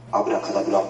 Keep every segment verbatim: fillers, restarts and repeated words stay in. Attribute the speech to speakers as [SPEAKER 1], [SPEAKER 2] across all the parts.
[SPEAKER 1] アブラカダブラ。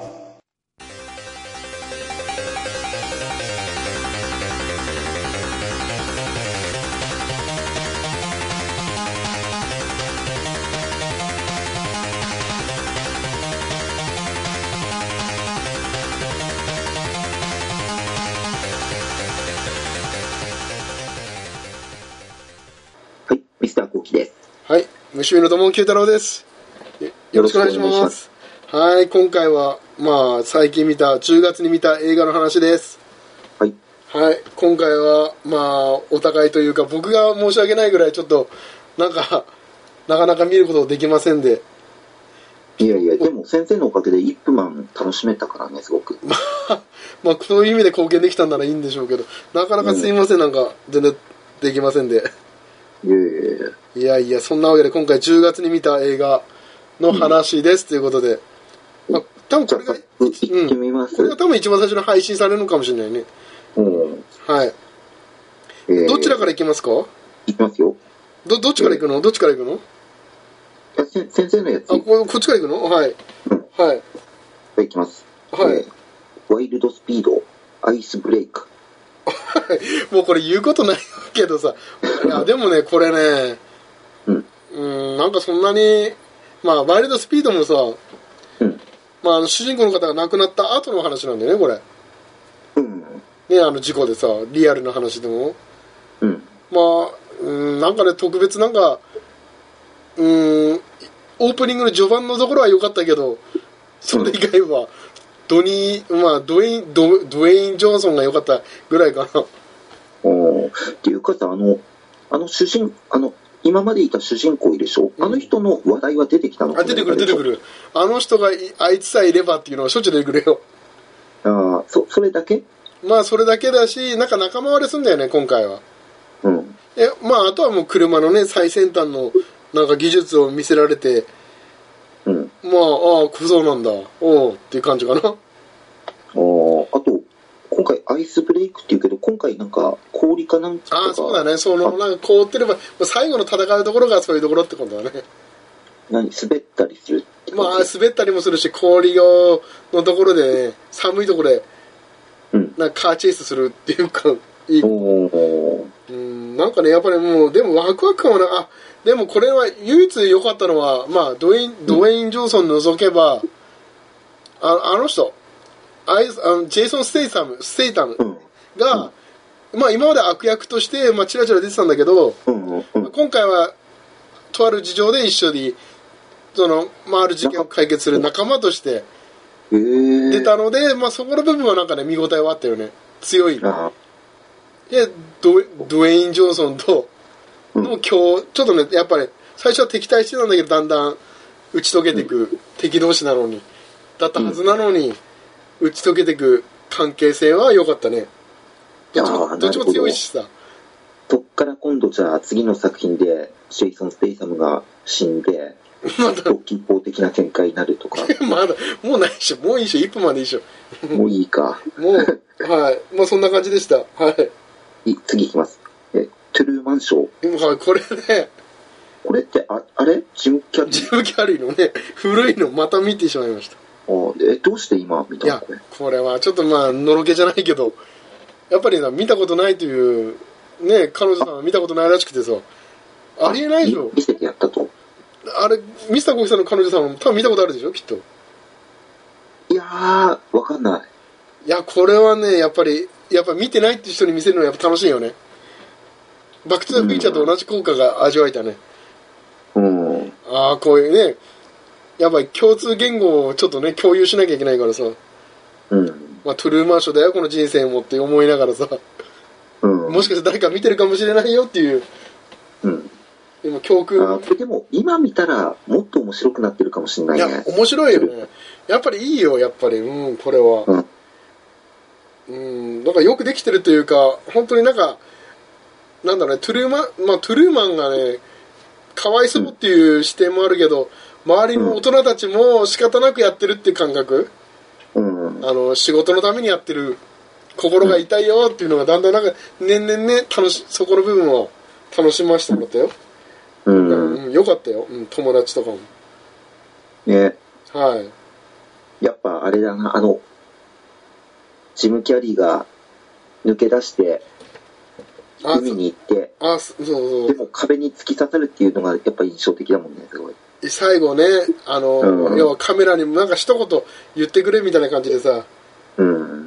[SPEAKER 2] はい、ミスターコウキです。
[SPEAKER 3] はい、虫見の友九太郎です。よろしくお願いします。はい、今回はまあ最近見たじゅうがつに見た映画の話です。
[SPEAKER 2] はい。
[SPEAKER 3] はい、今回はまあお互いというか僕が申し訳ないぐらいちょっとなんかなかなか見ることできませんで。
[SPEAKER 2] いやいや、でも先生のおかげでイップマン楽しめたからね、すごく。
[SPEAKER 3] まあ、まあそういう意味で貢献できたんならいいんでしょうけど、なかなかすいません、うん、なんか全然できませんで。
[SPEAKER 2] いやいやいや。
[SPEAKER 3] いやいや、そんなわけで今回じゅうがつに見た映画の話です、うん、ということで。まあ、多分これが、
[SPEAKER 2] 行ってみます、うん、
[SPEAKER 3] これが多分一番最初に配信されるのかもしれないね。
[SPEAKER 2] うん。
[SPEAKER 3] はい。えー、どちらから行きますか？
[SPEAKER 2] 行きますよ。
[SPEAKER 3] ど、どっちから行くの、えー、どっちから行くの？
[SPEAKER 2] いや、先生のやつ。
[SPEAKER 3] あ、こ、こっちから行くの？はい。
[SPEAKER 2] うん。
[SPEAKER 3] はい。
[SPEAKER 2] 行きます。
[SPEAKER 3] はい、
[SPEAKER 2] えー。ワイルドスピード、アイスブレイク。
[SPEAKER 3] もうこれ言うことないけどさ。いや、でもね、これね、
[SPEAKER 2] うん。
[SPEAKER 3] うん、なんかそんなに、まあ、ワイルドスピードもさ、
[SPEAKER 2] うん。ま
[SPEAKER 3] あ、あの主人公の方が亡くなった後の話なんだよね、これ。
[SPEAKER 2] うん。
[SPEAKER 3] ね、あの事故でさ、リアルな話でも。
[SPEAKER 2] うん。
[SPEAKER 3] まあ、うん、なんかね、特別なんか、うん、オープニングの序盤のところは良かったけど、それ以外は、ドニー、まあ、ドウェイン、ド、ドウェイン・ジョンソンが良かったぐらいかな。
[SPEAKER 2] おっていうかさ、あの、あの主人、あの、今までいた主人公いるでしょ、うん、あの人の話題は出てきたの？
[SPEAKER 3] あ、出てくる出てくる。あの人があいつさえいればっていうのはしょっちゅう出てくるよ。
[SPEAKER 2] ああ、そ、それだけ？
[SPEAKER 3] まあそれだけだし、なんか仲間割れすんだよね、今回は。
[SPEAKER 2] うん。
[SPEAKER 3] え、まああとはもう車のね、最先端のなんか技術を見せられて、
[SPEAKER 2] うん。
[SPEAKER 3] まあ、ああ、そうなんだ、おうっていう感じかな。ああ、
[SPEAKER 2] あと、今回アイスブレイクっていうけど、今回なんか氷かなんか。
[SPEAKER 3] ああ、そうだね。その、なんか凍ってれば、最後の戦うところがそういうところってことだね。
[SPEAKER 2] 何、滑ったりするって
[SPEAKER 3] まあ、滑ったりもするし、氷のところでね、寒いところで、
[SPEAKER 2] うん、
[SPEAKER 3] なんかカーチェイスするっていうか、いい。
[SPEAKER 2] お
[SPEAKER 3] うん、なんかね、やっぱりもう、でもワクワク感はな、あ、でもこれは唯一良かったのは、まあ、ドウェイン、ドウェイン・ジョンソン除けば、ああの人、アイあのジェイソン・ステイサム、ステイタムが、うん、まあ今まで悪役として、まあチラチラ出てたんだけど、
[SPEAKER 2] うんうんうん、
[SPEAKER 3] 今回は、とある事情で一緒に、その、まあある事件を解決する仲間として出たので、まあそこの部分はなんかね、見応えはあったよね。強い。で、ド、ドウェイン・ジョンソンと、の今日、ちょっとね、やっぱり、最初は敵対してたんだけど、だんだん打ち解けていく、うん、敵同士なのに、だったはずなのに、うん、打ち解けていく関係性は良かったね。どっちも、どっちも強いしさ。
[SPEAKER 2] そっから今度じゃあ次の作品で、ジェイソン・ステイサムが死んで、まだ一方的な展開になるとか。
[SPEAKER 3] まだ、もうないでしょ。もういいでしょ。いっぷんまでいいでしょ。
[SPEAKER 2] もういいか。
[SPEAKER 3] もう、はい。まあそんな感じでした。はい。
[SPEAKER 2] い次いきます。え、トゥルーマンショー。
[SPEAKER 3] はい、これね。
[SPEAKER 2] これって、あ、あれジム・キャリー。
[SPEAKER 3] ジム・キャリーのね、古いのまた見てしまいました。
[SPEAKER 2] あえ、どうして今見たの？
[SPEAKER 3] いや、これはちょっとまあ、のろけじゃないけど、やっぱり見たことないという、ね、彼女さんは見たことないらしくてさ、ありえないでしょ。
[SPEAKER 2] 見せてやったと。
[SPEAKER 3] あれ、ミスターコウキさんの彼女さんも多分見たことあるでしょ、きっと。
[SPEAKER 2] いやー、わかんない。
[SPEAKER 3] いや、これはね、やっぱり、やっぱ見てないって人に見せるのはやっぱ楽しいよね。バックトゥザフィーチャーと同じ効果が味わえたね。
[SPEAKER 2] うん。
[SPEAKER 3] ああ、こういうね、やっぱり共通言語をちょっとね、共有しなきゃいけないからさ。
[SPEAKER 2] うん。
[SPEAKER 3] まあ、トゥルーマンショーだよ、この人生もって思いながらさ。
[SPEAKER 2] うん。
[SPEAKER 3] もしかして誰か見てるかもしれないよっていう。
[SPEAKER 2] うん。
[SPEAKER 3] 今、教訓。
[SPEAKER 2] あ、これでも、今見たら、もっと面白くなってるかもしれないね。
[SPEAKER 3] いや、面白いよね。やっぱりいいよ、やっぱり。うん、これは。うん。うん、なんかよくできてるというか、本当になんか、なんだろうね、トゥルーマン、まあ、トゥルーマンがね、かわいそうっていう視点もあるけど、周りの大人たちも仕方なくやってるっていう感覚。うん。あの、仕事のためにやってる、心が痛いよっていうのがだんだんなんか、年々ね、楽し、そこの部分を楽しませてもらったよ。うん、うん、よかったよ、うん、友達とかも
[SPEAKER 2] ね。
[SPEAKER 3] はい。
[SPEAKER 2] やっぱあれだな、あの、ジム・キャリーが抜け出して、海に行って、
[SPEAKER 3] あ、そうそう。
[SPEAKER 2] でも壁に突き刺さるっていうのがやっぱ印象的だもんね、すごい。
[SPEAKER 3] 最後ね、あの、うん、要はカメラにもなんか一言言ってくれみたいな感じでさ、
[SPEAKER 2] うん、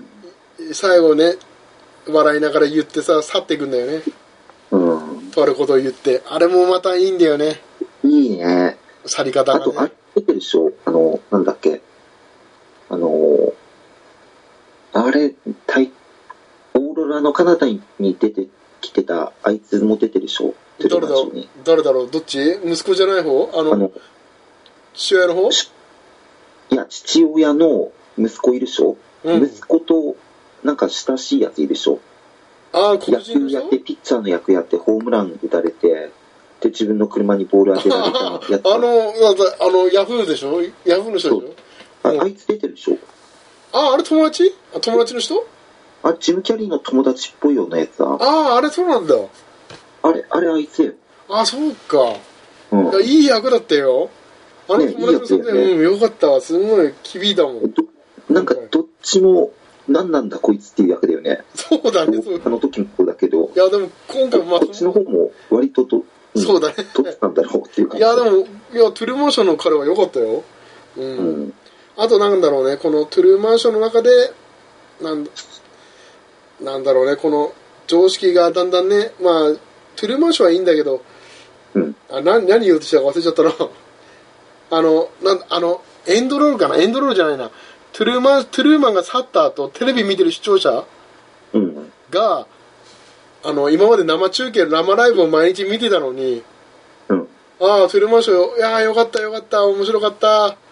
[SPEAKER 3] 最後ね、笑いながら言ってさ、去っていくんだよね。
[SPEAKER 2] うん。
[SPEAKER 3] とあることを言って、あれもまたいいんだよね。
[SPEAKER 2] いいね。
[SPEAKER 3] 去り方が、ね。
[SPEAKER 2] あと、あれ出てるでしょ、あの、なんだっけ。あの、あれ、タイ、オーロラの彼方に出てきてた、あいつも出てるでしょ。
[SPEAKER 3] 誰だろう誰だろうどっち息子じゃない方あの、あの父親の方
[SPEAKER 2] いや、父親の息子いるでしょ、うん、息子と、なんか親しいやついるでしょ。
[SPEAKER 3] ああ、黒人の人
[SPEAKER 2] 野球やって、ピッチャーの役やって、ホームラン打たれて、で、自分の車にボール当てられたやつ。
[SPEAKER 3] あの、あの、ヤフーでしょヤフーの人でしょ
[SPEAKER 2] あ、うん、あいつ出てるでしょ。
[SPEAKER 3] ああ、あれ友達あ、友達の人
[SPEAKER 2] あ、ジム・キャリーの友達っぽいようなやつだ。
[SPEAKER 3] ああ、あれそうなんだ。
[SPEAKER 2] あれ、あれあいつよ。
[SPEAKER 3] あ、そうか。
[SPEAKER 2] うん、
[SPEAKER 3] いい役だったよ。あの友達の人で、ね、うん、よかったわ。すごい響いたもん。
[SPEAKER 2] なんか、どっちも、何なんだこいつっていう役だよね。
[SPEAKER 3] そうだね、そう
[SPEAKER 2] あの時もそうだけど。
[SPEAKER 3] いや、でも今回、まあ、
[SPEAKER 2] こっちの方も割とど、
[SPEAKER 3] うん、そうだね。
[SPEAKER 2] どっちなんだろうっていう感じ。
[SPEAKER 3] いや、でも、いや、トゥルーマンションの彼は良かったよ。うん。うん、あと、なんだろうね、このトゥルーマンションの中で、なんだ、なんだろうね、この常識がだんだんね、まあ、トゥルーマンションはいいんだけど、
[SPEAKER 2] うん、
[SPEAKER 3] あ何何言おうとしたか忘れちゃったな。あの、なんあの、エンドロールかなエンドロールじゃないな。トゥルーマン、トゥルーマンが去った後、テレビ見てる視聴者が、
[SPEAKER 2] うん、
[SPEAKER 3] あの、今まで生中継、生ライブを毎日見てたのに、
[SPEAKER 2] うん、
[SPEAKER 3] ああ、トゥルーマンション、いやーよかったよかった、面白かった。って、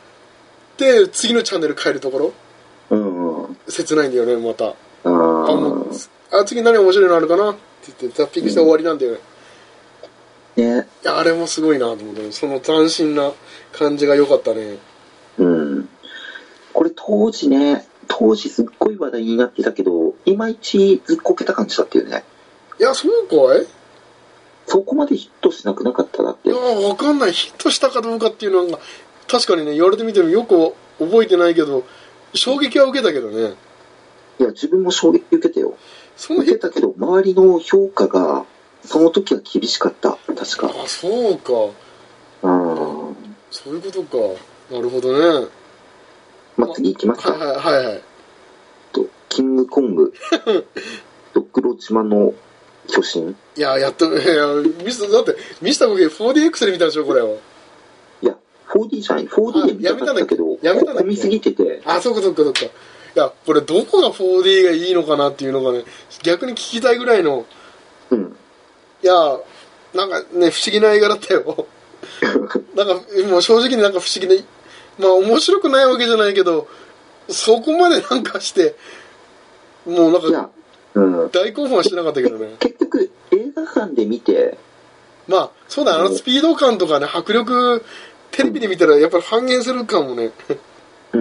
[SPEAKER 3] 次のチャンネル変えるところ、
[SPEAKER 2] うんうん、
[SPEAKER 3] 切ないんだよね、また。
[SPEAKER 2] あもう
[SPEAKER 3] あ、次何面白いのあるかなって言って、ザッピングして終わりなんだよね。
[SPEAKER 2] ね、
[SPEAKER 3] いやあれもすごいなと思って、その斬新な感じが良かったね。
[SPEAKER 2] うん。これ当時ね、当時すっごい話題になってたけど、いまいちずっこけた感じだったよね。
[SPEAKER 3] いや、そうかい
[SPEAKER 2] そこまでヒットしなくなかっただって。
[SPEAKER 3] いや、わかんない。ヒットしたかどうかっていうのが、確かにね、言われてみてもよく覚えてないけど、衝撃は受けたけどね。
[SPEAKER 2] いや、自分も衝撃受けたよ。受けたけど、周りの評価が、その時は厳しかった。確か。
[SPEAKER 3] あ、そうか。
[SPEAKER 2] ああ。
[SPEAKER 3] そういうことか。なるほどね。
[SPEAKER 2] まあ、次行きますか。
[SPEAKER 3] はいはいはい。
[SPEAKER 2] と、キングコング。ドクロ島の巨神。
[SPEAKER 3] いや、やっと、いや、ミス、だって、ミスターコケ フォーディーエックス で見たでしょ、これを。
[SPEAKER 2] いや、フォーディー じゃない。フォーディー で見たかったけど、
[SPEAKER 3] やめたんだっけ
[SPEAKER 2] 混みすぎてて。
[SPEAKER 3] あ、そっかそっかそっか。いや、これどこが フォーディー がいいのかなっていうのがね、逆に聞きたいぐらいの。
[SPEAKER 2] うん。
[SPEAKER 3] いや、なんかね、不思議な映画だったよ。なんか、もう正直になんか不思議な、まあ面白くないわけじゃないけど、そこまでなんかして、もうなんか、うん、大興奮はしてなかったけどね。
[SPEAKER 2] 結局、映画館で見て、
[SPEAKER 3] まあ、そうだ、あのスピード感とかね、迫力、テレビで見たらやっぱり半減するかもね。
[SPEAKER 2] うん、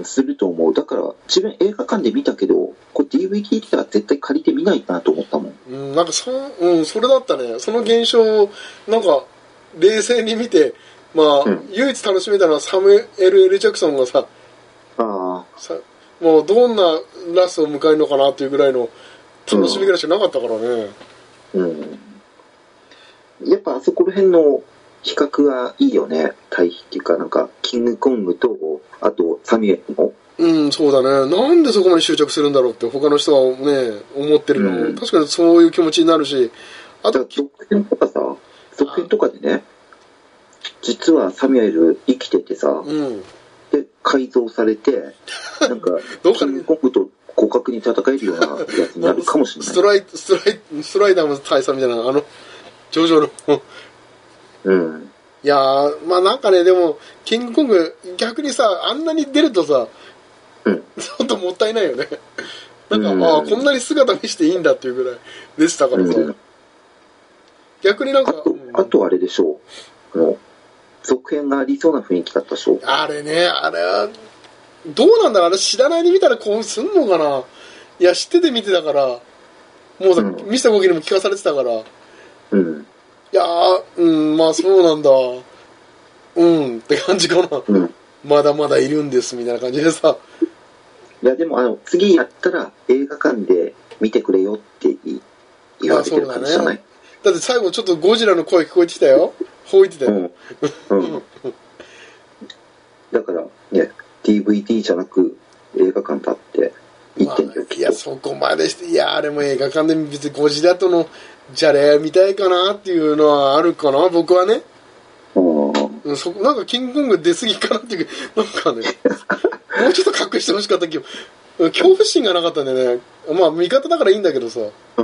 [SPEAKER 2] すると思う。だから、自分映画館で見たけど、これ ディーブイディー 来たら絶対借りてみないなと思ったもん。
[SPEAKER 3] うん、なんかそ、うん、それだったね。その現象を、なんか、冷静に見て、まあ、うん、唯一楽しめたのはサムエル・エル・ジャクソンがさ、
[SPEAKER 2] あ
[SPEAKER 3] さもうどんなラストを迎えるのかなっていうぐらいの楽しみぐらいしかなかったからね。
[SPEAKER 2] うん。うん、やっぱあそこら辺の比較はいいよね。対比っていうか、なんか、キングコングと、あと、サミュエルの。
[SPEAKER 3] うん、そうだね。なんでそこまで執着するんだろうって他の人はね、思ってるの、うん、確かにそういう気持ちになるし、
[SPEAKER 2] あと、続編とかさ、続編とかでね、実はサミュエル生きててさ、
[SPEAKER 3] うん、
[SPEAKER 2] で、改造されて、なんか、キングコングと互角に戦えるようなやつになるかもしれない。
[SPEAKER 3] ストライ、ストライ、ストライダーの大佐みたいな、あの、ジョジョの。
[SPEAKER 2] うん。
[SPEAKER 3] いやー、まあなんかね、でも、キングコング、逆にさ、あんなに出るとさ、
[SPEAKER 2] うん、
[SPEAKER 3] ちょっともったいないよね。なんか、うん、ああ、こんなに姿見していいんだっていうぐらいでしたからさ。うん、逆になんか
[SPEAKER 2] あと、うん、あとあれでしょう。あの、続編がありそうな雰囲気だったでしょ。
[SPEAKER 3] あれね、あれは、どうなんだろう、あれ知らないで見たら興奮すんのかな。いや、知ってて見てたから、もうさ、うん、ミスターコキにも聞かされてたから。
[SPEAKER 2] うん。
[SPEAKER 3] いやー、うん、まあそうなんだ。うんって感じかな。
[SPEAKER 2] うん。
[SPEAKER 3] まだまだいるんですみたいな感じでさ。
[SPEAKER 2] いやでもあの次やったら映画館で見てくれよって言われてる感じじゃない？
[SPEAKER 3] だって最後ちょっとゴジラの声聞こえてきたよ。吠えてたよ。うん。うん、
[SPEAKER 2] だからね、ディーブイディー じゃなく映画館だって言ってんだよ、
[SPEAKER 3] まあ、いや、そこまでして、いや、あれも映画館で別にゴジラとのじゃれ見たいかなっていうのはあるかな、僕はね。うん。そこ、なんかキングコング出過ぎかなっていう、なんかね、もうちょっと隠してほしかったけど、恐怖心がなかったんでね、まあ味方だからいいんだけどさ。うん。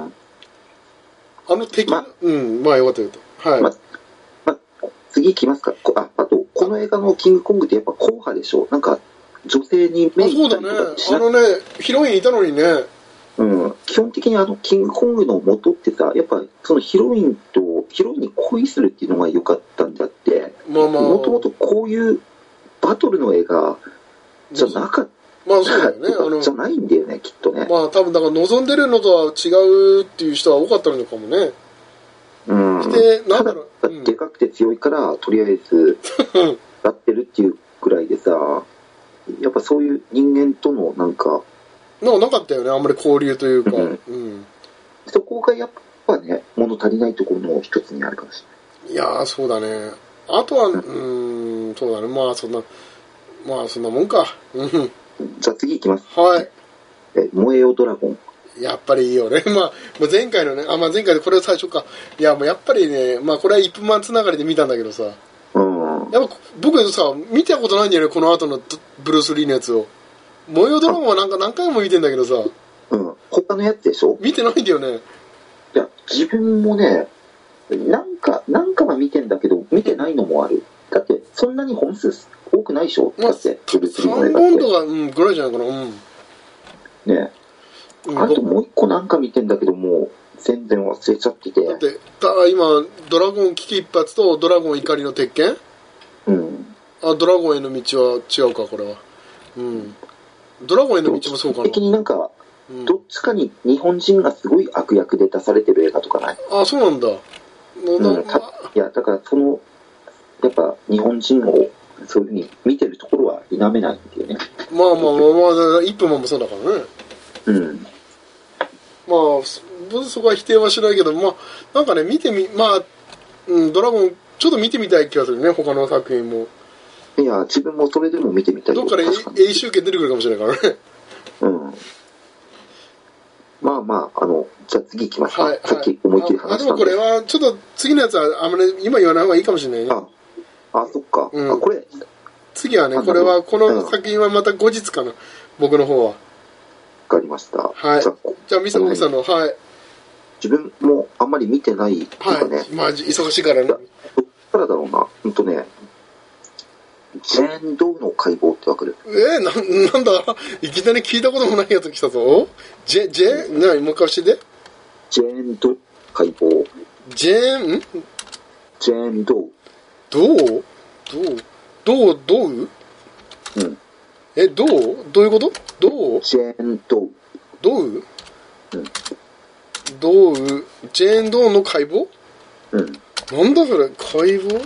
[SPEAKER 3] あの敵、ま、うん、まあよかったよかった。はい。ま
[SPEAKER 2] ま、次行きますか。あ、あと、この映画のキングコングってやっぱ硬派でしょ？なんか、女性に
[SPEAKER 3] メインしたりとかしな、あ、そうだね。あのね、ヒロインいたのにね。
[SPEAKER 2] うん。基本的にあの、キングコングの元ってさ、やっぱ、そのヒロインと、ヒロインに恋するっていうのが良かったんであって、まあまあ、もともとこういうバトルの映画じゃなかった。
[SPEAKER 3] まあそうだよね。あの
[SPEAKER 2] じゃないんだよね、きっとね。
[SPEAKER 3] まあ多分だから望んでるのとは違うっていう人は多かったのかもね。
[SPEAKER 2] うん。で、なんだろう。うん、でかくて強いから、とりあえず、やってるっていうぐらいでさ、やっぱそういう人間とのなんか、
[SPEAKER 3] なんかなかったよね、あんまり交流というか。うん。うん、
[SPEAKER 2] そこがやっぱね、物足りないところの一つにあるかもし
[SPEAKER 3] れない。いやー、そうだね。あとは、うん、ーん、そうだね。まあそんな、まあそんなもんか。うん。
[SPEAKER 2] じゃあ次行きます。
[SPEAKER 3] はい。
[SPEAKER 2] え、燃えよドラゴン。
[SPEAKER 3] やっぱりいいよね。まあ、前回のね、あ、まあ前回でこれは最初か。いや、もうやっぱりね、まあこれは一分マンつながりで見たんだけどさ。うん。やっぱ僕さ、見たことないんだよね、この後のブルース・リーのやつを。燃えよドラゴンはなんか何回も見てんだけどさ。
[SPEAKER 2] うん。他のやつでしょ？
[SPEAKER 3] 見てないんだよね。
[SPEAKER 2] いや、自分もね、なんか、なんかは見てんだけど、見てないのもある。だって、そんなに本数多くないでしょ？まあ、だって、ブルース・リーの映画って。さんぼんとか、
[SPEAKER 3] うん、ぐらいじゃないかな。うん。
[SPEAKER 2] ねえ。あともう一個なんか見てんだけど、もう全然忘れちゃってて。
[SPEAKER 3] だって、た今、ドラゴン危機一髪とドラゴン怒りの鉄拳？うん。あ、ドラゴンへの道は違うか、これは。うん。ドラゴンへの道もそうかな。
[SPEAKER 2] 基本的になんか、うん、どっちかに日本人がすごい悪役で出されてる映画とかない？
[SPEAKER 3] あ、そうなんだ。
[SPEAKER 2] うん、たいや、だからその、やっぱ日本人をそういうふうに見てるところは否めないっていうね。
[SPEAKER 3] まあまあまあまあ、一分もそうだからね。うん。まあ、そこは否定はしないけど、まあ、なんかね、見てみ、まあ、うん、ドラゴン、ちょっと見てみたい気がするね、他の作品も。
[SPEAKER 2] いや、自分もそれでも見てみたい。
[SPEAKER 3] どっから永集権出てくるかもしれないからね。うん。
[SPEAKER 2] まあまあ、あの、じゃあ次行きますか。はい、さっき思いっきり話したんで。
[SPEAKER 3] あ、でもこれは、ちょっと次のやつは、あんまり今言わない方がいいかもしれないね。
[SPEAKER 2] あ、あ、そっか。うん、あ、これ。
[SPEAKER 3] 次はね、これは、この作品はまた後日かな、僕の方は。
[SPEAKER 2] わかりました。
[SPEAKER 3] はい。じゃあ、じゃあミサコさんの、はい。
[SPEAKER 2] 自分もあんまり見てないとかね。はい。
[SPEAKER 3] まあ、忙しいからね。
[SPEAKER 2] どっからだろうな。ほんとね、ジェーン・ドウの解剖ってわかる？
[SPEAKER 3] えー、な、なんだいきなり聞いたこともないやつ来たぞ。ジェ、ジェ、なに、もう一回教えて。
[SPEAKER 2] ジェーン・ドウ解剖。
[SPEAKER 3] ジェーン、ん
[SPEAKER 2] ジェーン・ドウ。
[SPEAKER 3] どうどうどうどううん。え、どうどういうことどう
[SPEAKER 2] ジェーン・ドウ。
[SPEAKER 3] どううん。どうジェーン・ドウの解剖うん。なんだそれ解剖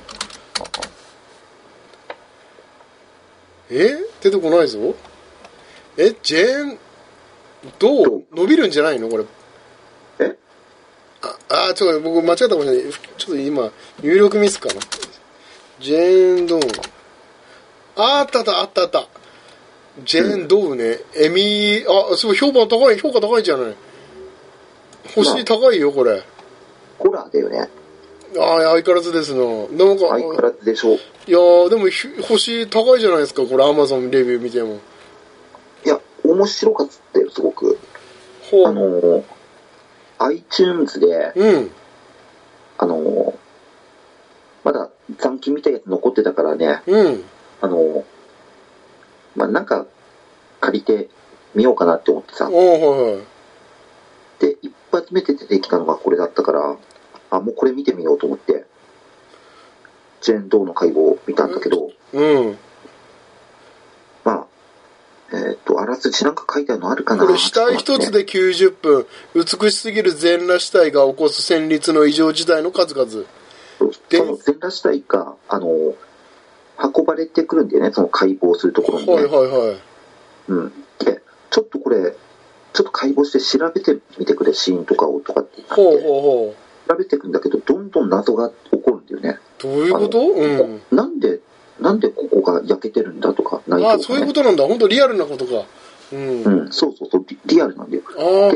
[SPEAKER 3] え出てこないぞ。え、ジェーン、どう伸びるんじゃないのこれ。
[SPEAKER 2] え
[SPEAKER 3] あ、あ、ちょっと僕間違ったかもしれない。ちょっと今、入力ミスかな。ジェーンドウ。あ、あったあったあったあった。ジェーンドウね。エミー、あ、すごい評判高い、評価高いじゃない。星高いよ、これ。
[SPEAKER 2] ホラーだよね。
[SPEAKER 3] ああ、相変わらずですな。なんか、
[SPEAKER 2] 相変わらずでしょう。
[SPEAKER 3] いやー、でも、星高いじゃないですか、これ、アマゾンレビュー見ても。
[SPEAKER 2] いや、面白かったよ、すごく。ほう。あのー、iTunes で、うん。あのー、まだ残機みたいなやつ残ってたからね、うん。あのー、まあ、なんか、借りてみようかなって思ってさ。おはいはい。で、一発目で出てきたのがこれだったから、あ、もうこれ見てみようと思って、ジェーン・ドウの解剖を見たんだけど、うん。まあ、えー、っと、あらすじなんか書いてあるのあるかな。
[SPEAKER 3] これ死体一つできゅうじゅっぷん、美しすぎる全裸死体が起こす戦慄の異常事態の数々。
[SPEAKER 2] で、その全裸死体が、あの、 運ばれてくるんだよね、その解剖するところにね。
[SPEAKER 3] はいはいはい。
[SPEAKER 2] うん。で、ちょっとこれ、ちょっと解剖して調べてみてくれ、死因とかをとかって言って、
[SPEAKER 3] ほうほうほ
[SPEAKER 2] う調べていくんだけど、どんどん謎が起こるんだよね。
[SPEAKER 3] どういうこと？うん。
[SPEAKER 2] なんで、なんでここが焼けてるんだとか、ないとか、ね。
[SPEAKER 3] ああ、そういうことなんだ。本当リアルなことか。うん。
[SPEAKER 2] うん、そうそうそうリ、リアルなんだよ。
[SPEAKER 3] ああ、はい。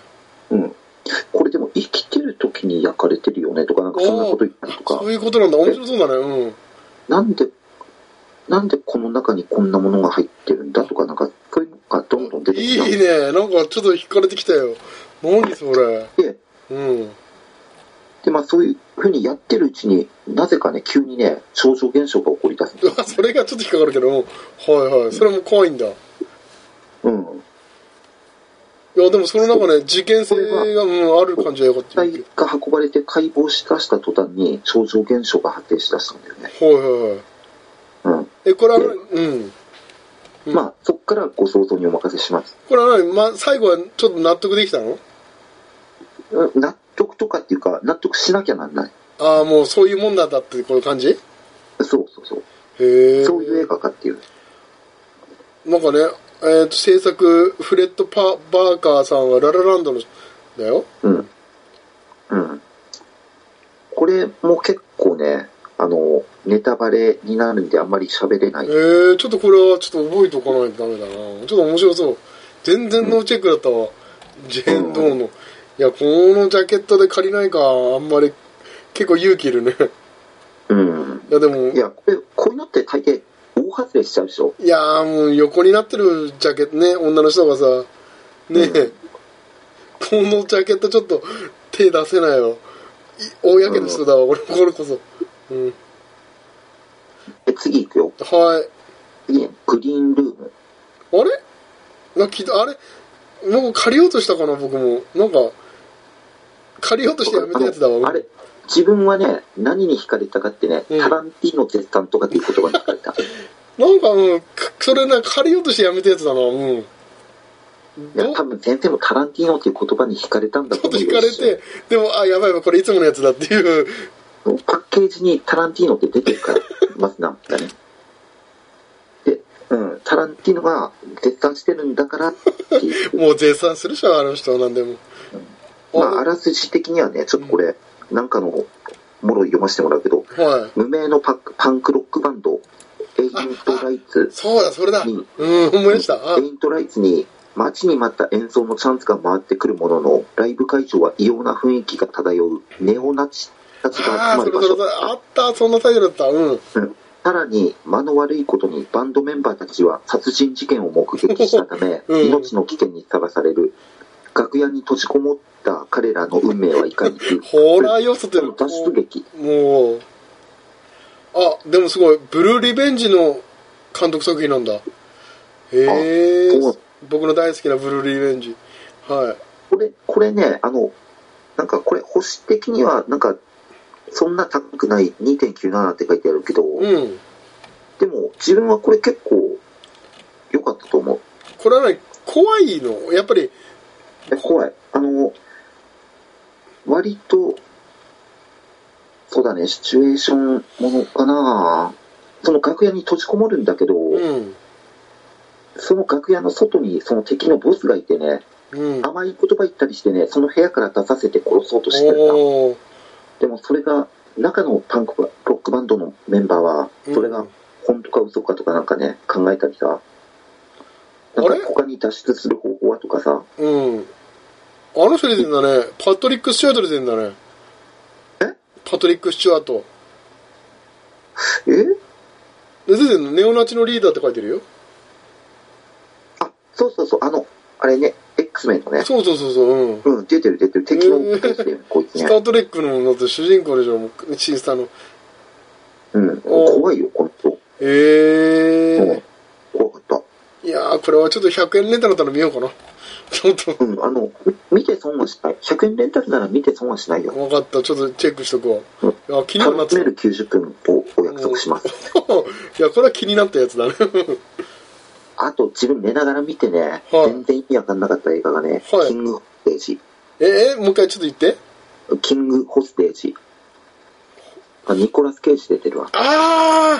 [SPEAKER 2] うん。これでも生きてる時に焼かれてるよねとか、なんかそんなこと言ったりとか。
[SPEAKER 3] そういうことなんだ。面白そうだね。うん。
[SPEAKER 2] なんで、なんでこの中にこんなものが入ってるんだとか、なんか、そういうのがどんどん出てきた。
[SPEAKER 3] いいね。なんかちょっと惹かれてきたよ。何それ。
[SPEAKER 2] で、
[SPEAKER 3] うん。
[SPEAKER 2] で、まあそういうふうにやってるうちになぜかね、急にね、超常現象が起こり出すんですよ。
[SPEAKER 3] それがちょっと引っかかるけど、はいはい。それも怖いんだ。
[SPEAKER 2] うん。
[SPEAKER 3] いや、でもその中ね、事件性が、うん、ある感じはよかったよ。
[SPEAKER 2] 遺体が運ばれて解剖しだした途端に、超常現象が発生しだしたんだよね。
[SPEAKER 3] はいはいはい。うん。え、これは、うん。
[SPEAKER 2] うん、まあ、そっからご想像にお任せします。
[SPEAKER 3] これは何、まあ、最後はちょっと納得できたの？
[SPEAKER 2] 納得とかっていうか、納得しなきゃなんない。
[SPEAKER 3] ああ、もうそういうもんなんだってこういう感じ？
[SPEAKER 2] そうそうそう。
[SPEAKER 3] へえ。
[SPEAKER 2] そういう映画かっていう。
[SPEAKER 3] なんかね、えー、と制作フレッド・パバーカーさんはララランドのだよ。
[SPEAKER 2] うんうんこれも結構ね、あのネタバレになるんであんまり喋れない。
[SPEAKER 3] えー、ちょっとこれはちょっと覚えておかないとダメだな。ちょっと面白そう。全然ノーチェックだったわ、うん、ジェーン・ドーの、うん、いやこのジャケットで借りないか、あんまり結構勇気いるね。
[SPEAKER 2] うん
[SPEAKER 3] いやでも
[SPEAKER 2] いやこれこういうのって大抵大外れしちゃうでしょ。
[SPEAKER 3] いやーもう横になってるジャケットね、女の人がさねえ、うん、このジャケットちょっと手出せないよ。大やけどしそうだわ、うん、俺これこそ。うん。
[SPEAKER 2] で次行くよ。
[SPEAKER 3] はい。
[SPEAKER 2] 次グリーンルーム。
[SPEAKER 3] あれ？なんか聞いた、あれ？もう借りようとしたかな僕も。なんか借りようとしてやめたやつだわ。
[SPEAKER 2] あれ自分はね何に惹かれたかってね、うん、タランティーノ絶賛とかっていう言葉に惹かれた。
[SPEAKER 3] なんかうん、それなんか借りようとしてやめたやつだな。うん。
[SPEAKER 2] いや多分先生もタランティーノっていう言葉に惹かれたんだと思うよ。
[SPEAKER 3] ちょっと惹かれて、でもあやばいわこれいつものやつだっていう。
[SPEAKER 2] パッケージにタランティーノって出てるからまずなんだね。で、うん、タランティーノが絶賛してるんだからっていう。
[SPEAKER 3] もう絶賛するでしょあの人は何でも。
[SPEAKER 2] うん、まああらすじ的にはねちょっとこれ、うん、なんかのもろ読ませてもらうけど、はい、無名のパパンクロックバンドエイントライツ
[SPEAKER 3] そうだそれだうん思い出した。
[SPEAKER 2] エイントライツに待ちに待った演奏のチャンスが回ってくるもののライブ会場は異様な雰囲気が漂うネオナチたちが集まる場所。
[SPEAKER 3] あったそんなタイトルだった。うん、うん、
[SPEAKER 2] さらに間の悪いことにバンドメンバーたちは殺人事件を目撃したため、うん、命の危険にさらされる。楽屋に閉じこもった彼らの運命はいかに。
[SPEAKER 3] ホラー要素って
[SPEAKER 2] 脱出劇。
[SPEAKER 3] もうあでもすごいブルーリベンジの監督作品なんだ。へえ僕の大好きなブルーリベンジ。はい
[SPEAKER 2] これこれねあのなんかこれ星的にはなんかそんな高くない にてんきゅうなな って書いてあるけど、うん、でも自分はこれ結構良かったと思う。
[SPEAKER 3] これはね怖いのやっぱり
[SPEAKER 2] 怖い。あの割とそうだねシチュエーションものかな。その楽屋に閉じこもるんだけど、うん、その楽屋の外にその敵のボスがいてね、うん、甘い言葉言ったりしてねその部屋から出させて殺そうとしてるんだ。でもそれが中のパンクロックバンドのメンバーはそれが本当か嘘かとかなんかね考えたりさ、なんか他に脱出する方法はとかさ、
[SPEAKER 3] うんあの人出てんだね。パトリック・スチュワート出てんだね。
[SPEAKER 2] え
[SPEAKER 3] パトリック・スチュワート。
[SPEAKER 2] え
[SPEAKER 3] 出てんのネオナチのリーダーって書いてるよ。
[SPEAKER 2] あ、そうそうそう、あの、あれね、X メンのね。
[SPEAKER 3] そうそうそうそう、うん。
[SPEAKER 2] うん、出てる出てる。敵の敵だよね、こいつね。
[SPEAKER 3] スタートレックのだって主人公でしょ、シンスタの。
[SPEAKER 2] うん、怖いよ、この人。
[SPEAKER 3] へえー。
[SPEAKER 2] うん、怖かった。
[SPEAKER 3] いやー、これはちょっとひゃくえんレンタルだったら見ようかな。ちょっと。
[SPEAKER 2] うん、あの、見て損はしない。ひゃくえんレンタルなら見て損はしないよ。
[SPEAKER 3] 分かった、ちょっとチェックしとくわ。うん、いや気になった。
[SPEAKER 2] 楽しめるきゅうじゅっぷんをお約束します。
[SPEAKER 3] いや、これは気になったやつだね。
[SPEAKER 2] あと、自分寝ながら見てね、はい、全然意味わかんなかった映画がね、はい、キングホステージ。
[SPEAKER 3] えー、もう一回ちょっと言って。
[SPEAKER 2] キングホステージ。あ、ニコラス・ケイジ出てるわ。
[SPEAKER 3] あ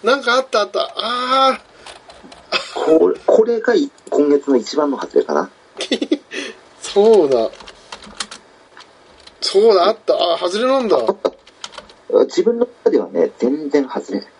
[SPEAKER 3] なんかあったあった。ああ。
[SPEAKER 2] これ、これが今月の一番の外れかな。
[SPEAKER 3] そうだ。そうだ、あった。あ、外れなんだ。
[SPEAKER 2] 自分の中ではね、全然外れ。い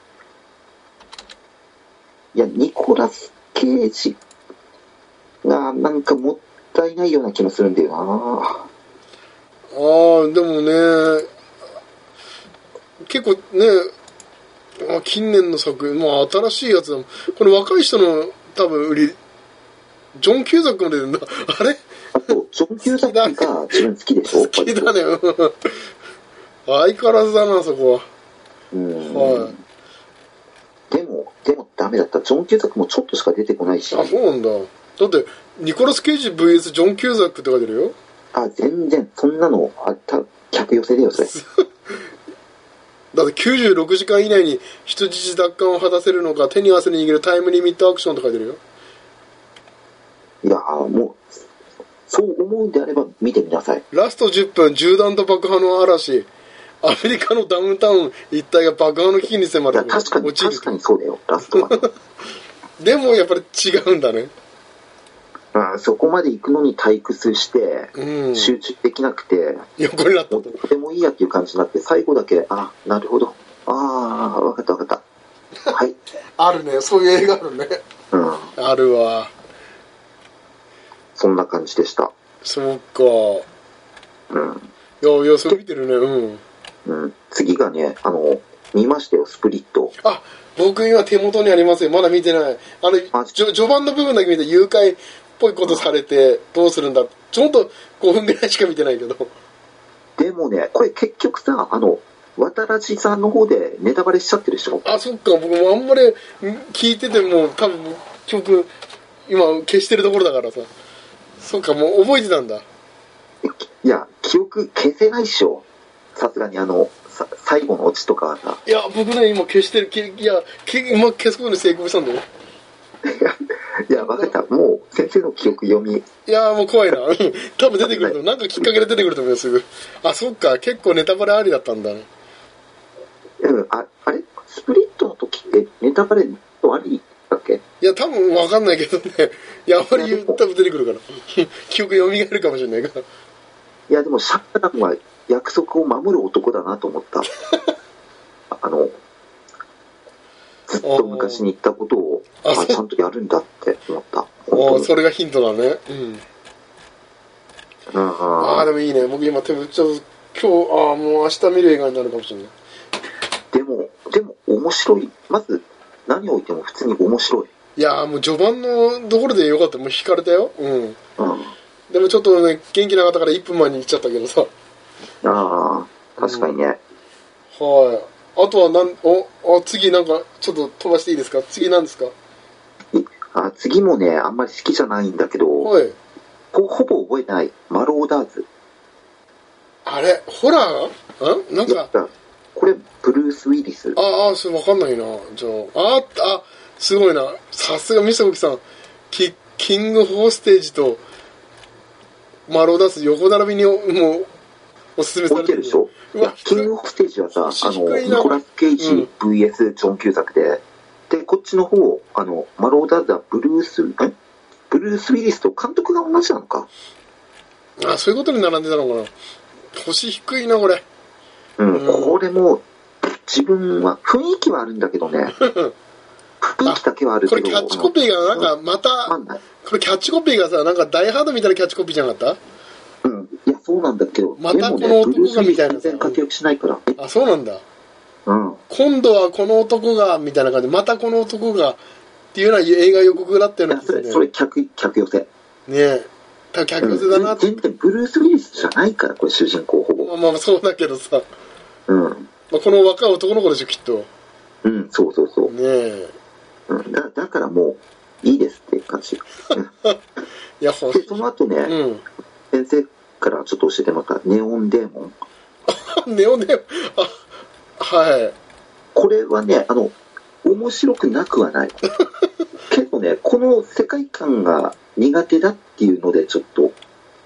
[SPEAKER 2] や、ニコラス・ケイジがなんかもったいないような気もするんだよな。あ
[SPEAKER 3] あ、でもね、結構ね、近年の作、まあ新しいやつだもん。これ若い人の多分売り、ジョン・キューザックも出てんだ。あれ
[SPEAKER 2] あと、ジョン・キューザックが自分好きでしょ。
[SPEAKER 3] 好きだね。相変わらずだな、そこは。
[SPEAKER 2] うん。はい。でも、でもダメだった。ジョン・キューザックもちょっとしか出てこないし。
[SPEAKER 3] あ、そうなんだ。だって、ニコラス・ケイジ ブイエス ジョン・キューザックって書いてるよ。
[SPEAKER 2] あ、全然、そんなの、あった、客寄せだよ、それ。
[SPEAKER 3] だってきゅうじゅうろくじかん以内に人質奪還を果たせるのか、手に汗に握るタイムリミットアクションって書いてるよ。
[SPEAKER 2] いやー、もう、そう思うんであれば見てみなさい。
[SPEAKER 3] ラストじゅっぷん、銃弾と爆破の嵐。アメリカのダウンタウン一帯が爆破の危機に迫る。
[SPEAKER 2] いや、確かに、確かにそうだよ、ラストは、ね。
[SPEAKER 3] でもやっぱり違うんだね。
[SPEAKER 2] あ、そこまで行くのに退屈して、うん、集中できなくて、
[SPEAKER 3] 横になったと。
[SPEAKER 2] とてもいいやっていう感じになって、最後だけ、あ、なるほど。ああ、わかったわかった。はい。
[SPEAKER 3] あるね、そういう映画あるね。うん。あるわ。
[SPEAKER 2] そんな感じでした。
[SPEAKER 3] そうか。
[SPEAKER 2] うん。
[SPEAKER 3] いやいや、それ見てるね、うん。
[SPEAKER 2] うん。次がね、あの、見ましたよ、スプリット。
[SPEAKER 3] あ、僕今手元にありますよ。まだ見てない。あの、序盤の部分だけ見て、誘拐っぽいことされて、どうするんだ。ちょっとごふんぐらいしか見てないけど。
[SPEAKER 2] でもね、これ結局さ、あの、渡らじさんの方でネタバレしちゃってるでしょ。
[SPEAKER 3] あ、そっか、僕もあんまり聞いてても、多分、曲、今消してるところだからさ。そっか、もう覚えてたんだ。
[SPEAKER 2] いや、記憶消せないっしょ。さすがにあの、さ最後のオチとかはさ。
[SPEAKER 3] いや、僕ね、今消してる、いや、今消すことに成功したんだよ。
[SPEAKER 2] いや、分かった。もう、先生の記憶読み。い
[SPEAKER 3] や、もう怖いな。多分出てくると、なんかきっかけで出てくると思うよ、すぐ。あ、そっか、結構ネタバレありだったんだね。
[SPEAKER 2] うん、あ、あれスプリットの時ってネタバレありだっけ？
[SPEAKER 3] いや、多分分かんないけどね。いや、あまり言ったら出てくるから。記憶蘇るかもしれないから。い
[SPEAKER 2] や、でも、シャッターは約束を守る男だなと思った。あの、ずっと昔に言ったことを、ああちゃんとやるんだって思った。あ
[SPEAKER 3] あ、それがヒントだね。うん。ああ、でもいいね。僕今、ちょっと、今日、ああ、もう明日見る映画になるかもしれない。
[SPEAKER 2] でも、でも、面白い。まず、何を置いても普通に面白い。
[SPEAKER 3] いやー、もう序盤のところでよかった。もう引かれたよ。うん。うん。でもちょっとね、元気なかったからいっぷんまえに行っちゃったけどさ。
[SPEAKER 2] ああ、確かにね。
[SPEAKER 3] うん、はい。あとはなん、お、あ、次なんか、ちょっと飛ばしていいですか？次なんですか？
[SPEAKER 2] あ、次もね、あんまり好きじゃないんだけど、はい。ほ、ほぼ覚えてない。マローダーズ。
[SPEAKER 3] あれホラー？んなんか。
[SPEAKER 2] これ、ブルース・ウィリス。
[SPEAKER 3] ああ、それわかんないな。じゃあ、ああ、あ、すごいな。さすがミスタコキさん。キ、キング・ホーステージと、マローダーズ横並びに、もう、おすすめされてる。
[SPEAKER 2] でしょ。キング・ホーステージはさ、あの、ニコラス・ケイジ ブイエス ジョン・キューザックで、で、こっちの方、あの、マローダーズはブルース、えブルース・ウィリスと監督が同じなのか。
[SPEAKER 3] あ、そういうことに並んでたのかな。星低いな、これ。
[SPEAKER 2] うん、うん、これも、自分は、雰囲気はあるんだけどね。雰囲気だけはあるけど。
[SPEAKER 3] これキャッチコピーがなんかまた、これキャッチコピーがさ、なんかダイハードみたいなキャッチコピーじゃなかった？
[SPEAKER 2] うん。いや、そうなんだけど、
[SPEAKER 3] またこの男がみたいなさ。
[SPEAKER 2] 全然活躍しないから。
[SPEAKER 3] あ、そうなんだ。
[SPEAKER 2] うん。
[SPEAKER 3] 今度はこの男が、みたいな感じで、またこの男が、っていうような映画予告だったような気がする、
[SPEAKER 2] ね。それ、客、客寄せ。ね
[SPEAKER 3] え。た客寄せだなって。
[SPEAKER 2] 全然ブルース・ウィリスじゃないから、これ主人公ほぼ。
[SPEAKER 3] まあまあ、そうだけどさ。
[SPEAKER 2] うん。
[SPEAKER 3] まあ、この若い男の子でしょ、きっと。
[SPEAKER 2] うん、そうそうそう。
[SPEAKER 3] ねえ。
[SPEAKER 2] うん、だ, だからもう、いいですっていう感じ。い
[SPEAKER 3] や、
[SPEAKER 2] で、その後ね、うん、先生からちょっと教えてもらった、ネオンデーモ
[SPEAKER 3] ン。ネオンデーモン、あ、はい。
[SPEAKER 2] これはね、あの、面白くなくはない。けどね、この世界観が苦手だっていうので、ちょっと、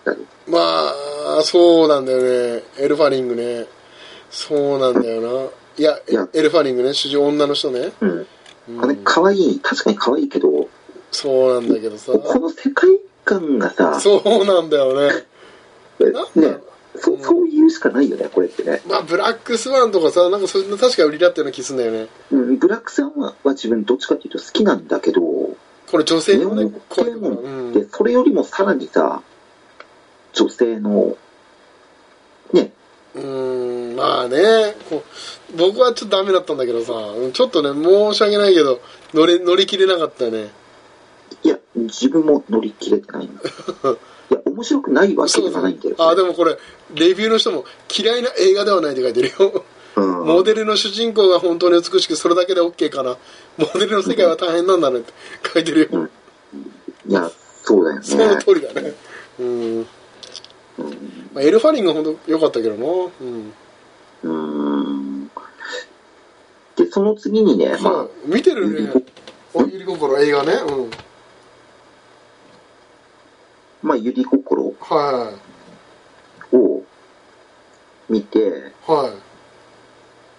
[SPEAKER 3] まあ、そうなんだよね。エルファリングね。そうなんだよな。 いや、いやエル・ファリングね、主人女の人ね。
[SPEAKER 2] うん。うん、あれ、可愛い、確かに可愛いけど、
[SPEAKER 3] そうなんだけどさ。
[SPEAKER 2] この世界観がさ、
[SPEAKER 3] そうなんだよね。
[SPEAKER 2] ね、そ、うん、そういうしかないよね、これってね。
[SPEAKER 3] まあ、ブラックスワンとかさ、なんかそんな確か売りだったような気するんだよね。
[SPEAKER 2] うん、ブラックスワンは自分どっちかっていうと好きなんだけど、
[SPEAKER 3] これ女性のね、
[SPEAKER 2] 声も、うん、で、それよりもさらにさ、女性の、ね。
[SPEAKER 3] うーん、まあね、こう僕はちょっとダメだったんだけどさ、ちょっとね、申し訳ないけど、乗り、乗り切れなかったね。
[SPEAKER 2] いや、自分も乗り切れてないの。いや、面白くないわけではないんだよ。
[SPEAKER 3] あ、でもこれ、レビューの人も、嫌いな映画ではないって書いてるよ。うん、モデルの主人公が本当に美しく、それだけで OK かな。モデルの世界は大変なんだねって書いてるよ。うん、
[SPEAKER 2] いや、そうだよね。
[SPEAKER 3] その通りだね。うん。うん、まあ、エル・ファリンが本当良かったけどな。うん。
[SPEAKER 2] うーん。で、その次にね、まあ。
[SPEAKER 3] 見てるね。おゆり心映画ね。うん。
[SPEAKER 2] まあ、ゆり心を見て、
[SPEAKER 3] はい、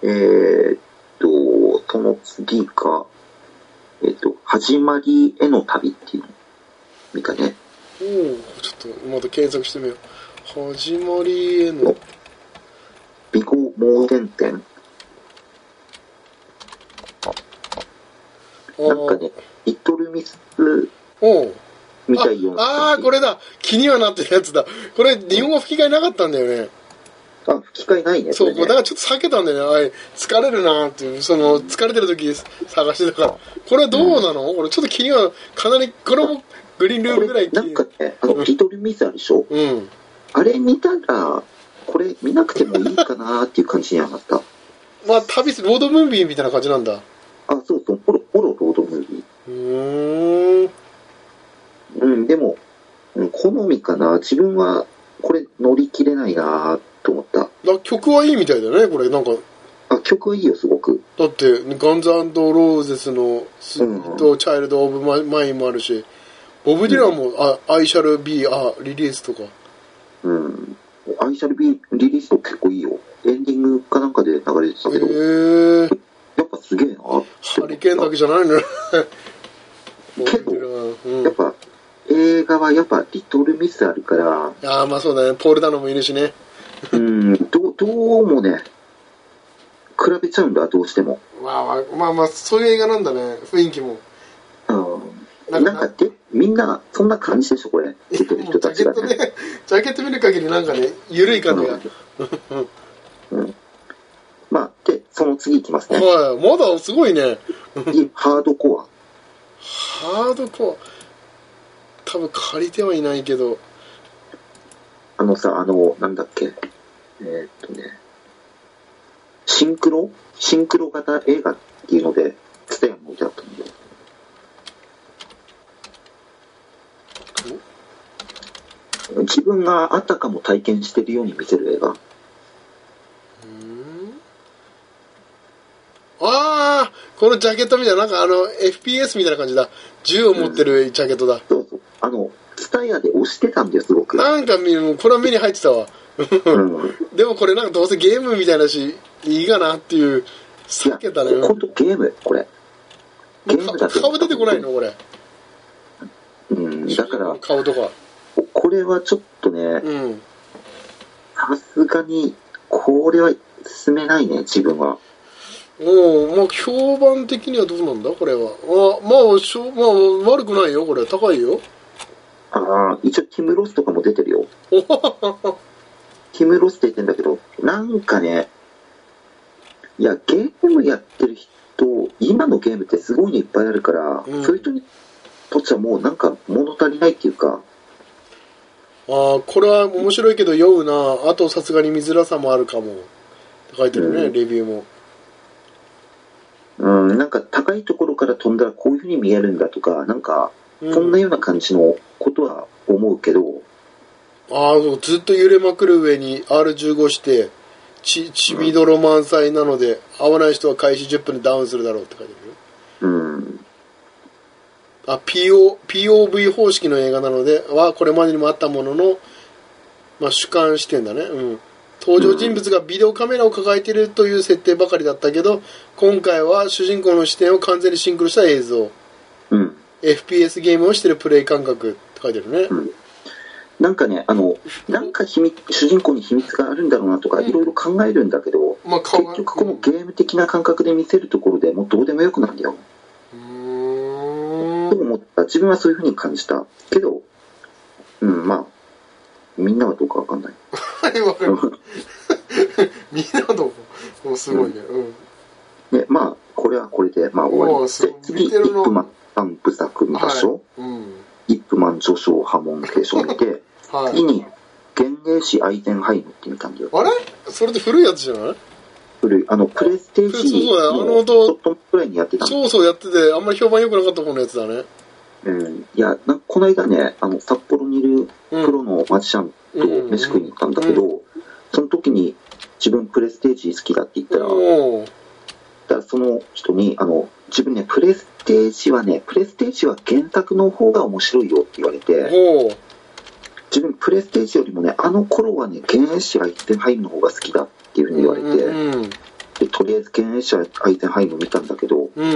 [SPEAKER 2] えー、っと、その次が、えー、っと、始まりへの旅っていうのを見たね。
[SPEAKER 3] おお、ちょっとまた検索してみよう。始まりへの。
[SPEAKER 2] ビゴ盲点点。なんかね、リトルミス。
[SPEAKER 3] おう。
[SPEAKER 2] みたいような。
[SPEAKER 3] ああ、これだ。気にはなってるやつだ。これ、日本語吹き替えなかったんだよね。
[SPEAKER 2] あ、吹き替えないね。
[SPEAKER 3] そう、ね、だからちょっと避けたんだよね。あれ、疲れるなーっていう、その、疲れてる時探してたから。これはどうなの、うん、俺ちょっと気には、かなり、これもグリーンルームぐらい
[SPEAKER 2] なんかね、あの、リトルミスあるでしょ。
[SPEAKER 3] うん。
[SPEAKER 2] あれ見たら、これ見なくてもいいかなーっていう感じにはなった。
[SPEAKER 3] まあ、旅する、ロードムービーみたいな感じなんだ。
[SPEAKER 2] あ、そうそう、ホロ、ホロロードムービ
[SPEAKER 3] ー。うーん。
[SPEAKER 2] うん、でも、うん、好みかな。自分は、これ乗り切れないなと思った。
[SPEAKER 3] だ曲はいいみたいだね、これ、なんか。
[SPEAKER 2] あ、曲はいいよ、すごく。
[SPEAKER 3] だって、ガンズ&ローゼスのスイート・チャイルド・オブ・マインもあるし、ボブ・ディランも、うん、あ、I shall be、あ、リリースとか。
[SPEAKER 2] うん。I shall be リリースと結構いいよ。エンディングかなんかで流れてたけど。へ
[SPEAKER 3] ー。
[SPEAKER 2] やっぱすげえな。ハ
[SPEAKER 3] リケーンだけじゃないのよ。
[SPEAKER 2] けど、うん、やっぱ、映画はやっぱリトルミスあるから。
[SPEAKER 3] ああ、まあそうだね。ポール・ダノもいるしね。
[SPEAKER 2] うん、どう、どうもね、比べちゃうんだ、どうしても。
[SPEAKER 3] まあまあ、まあまあ、そういう映画なんだね。雰囲気も。
[SPEAKER 2] うん。なんか、なんかで、みんな、そんな感じでしょ、これ。出てる人たちが、ね。
[SPEAKER 3] ジャケットね、ジャケット見る限りなんかね、緩い感じが。
[SPEAKER 2] うん。うん。まあ、で、その次いきますね。
[SPEAKER 3] はい、まだすごいね。
[SPEAKER 2] ハードコア。
[SPEAKER 3] ハードコア。多分借りてはいないけど。
[SPEAKER 2] あのさ、あの、なんだっけ。えー、っとね。シンクロシンクロ型映画っていうので、ツタヤに置いてあったんで。自分があたかも体験してるように見せる映画。
[SPEAKER 3] ああ、このジャケットみたいな、なんかあの エフピーエス みたいな感じだ。銃を持ってるジャケットだ。うん、
[SPEAKER 2] そうそう。あの、ツタヤで押してたんだよ、すごく。
[SPEAKER 3] なんか見る、これは目に入ってたわ。うん、でもこれなんかどうせゲームみたいだし、いいかなっていう、避けたね。
[SPEAKER 2] ほんとゲーム、これ。
[SPEAKER 3] ゲームだけ。顔出てこないのこれ。
[SPEAKER 2] うん、だから、
[SPEAKER 3] 顔とか。
[SPEAKER 2] これはちょっとね、
[SPEAKER 3] うん。
[SPEAKER 2] さすがに、これは進めないね、自分は。
[SPEAKER 3] おお、まあ評判的にはどうなんだこれは。あ、まあしょ、まあ悪くないよこれ、高いよ。
[SPEAKER 2] ああ、一応ティム・ロスとかも出てるよ。ティム・ロスって言ってんだけど、なんかね、いやゲームやってる人、今のゲームってすごいのいっぱいあるから、うん、そういう人にとってはもうなんか物足りないっていうか。
[SPEAKER 3] ああ、これは面白いけど酔うな。あとさすがに見づらさもあるかも。って書いてるね、うん、レビューも。
[SPEAKER 2] うん、なんか高いところから飛んだらこういう風に見えるんだとか、なんかそんなような感じのことは思うけど、うん、
[SPEAKER 3] ああ、ずっと揺れまくる上に アールじゅうご してち血みどろ満載なので、うん、合わない人は開始じゅっぷんでダウンするだろうって書いて
[SPEAKER 2] あるよ。うん。
[SPEAKER 3] あ、ピーオー、ピーオーブイ 方式の映画なのではこれまでにもあったものの、まあ、主観視点だね。うん。 登場人物がビデオカメラを抱えているという設定ばかりだったけど、今回は主人公の視点を完全にシンクロした映像、
[SPEAKER 2] うん、
[SPEAKER 3] エフピーエス ゲームをしているプレイ感覚って書いてるね、
[SPEAKER 2] うん、なんかね、あのなんか秘密主人公に秘密があるんだろうなとかいろいろ考えるんだけど、
[SPEAKER 3] まあ、
[SPEAKER 2] 結局このゲーム的な感覚で見せるところでもうどうでもよくなるんだよ。
[SPEAKER 3] うーん
[SPEAKER 2] と思った。自分はそういうふうに感じたけど、うんまあみんなはどうかわかんない。
[SPEAKER 3] はいわかる。みんなはどうかすごいね。うん。
[SPEAKER 2] でまあこれはこれでまあ終わりで、次イップマン三部作見ましょう。はい、うん、イップマン序章波紋継承見て、はい、次に幻影師アイゼンハイムって見たんだよ。
[SPEAKER 3] あれそれって古いやつじゃない？
[SPEAKER 2] 古いあのプレステージのちょっとくらいにやってたの。
[SPEAKER 3] そうそうやっててあんまり評判良くなかった方のやつだね。
[SPEAKER 2] うん、いやなこの間ねあの札幌にいるプロのマジシャンと飯食いに行ったんだけど、うんうんうん、その時に自分プレステージ好きだって言ったら、だからその人にあの自分ねプレステージはねプレステージは原作の方が面白いよって言われて、自分プレステージよりもねあの頃はね幻影師アイゼンハイムの方が好きだっていうふうに言われて、うんうん、でとりあえず幻影師アイゼンハイム見たんだけど、うん、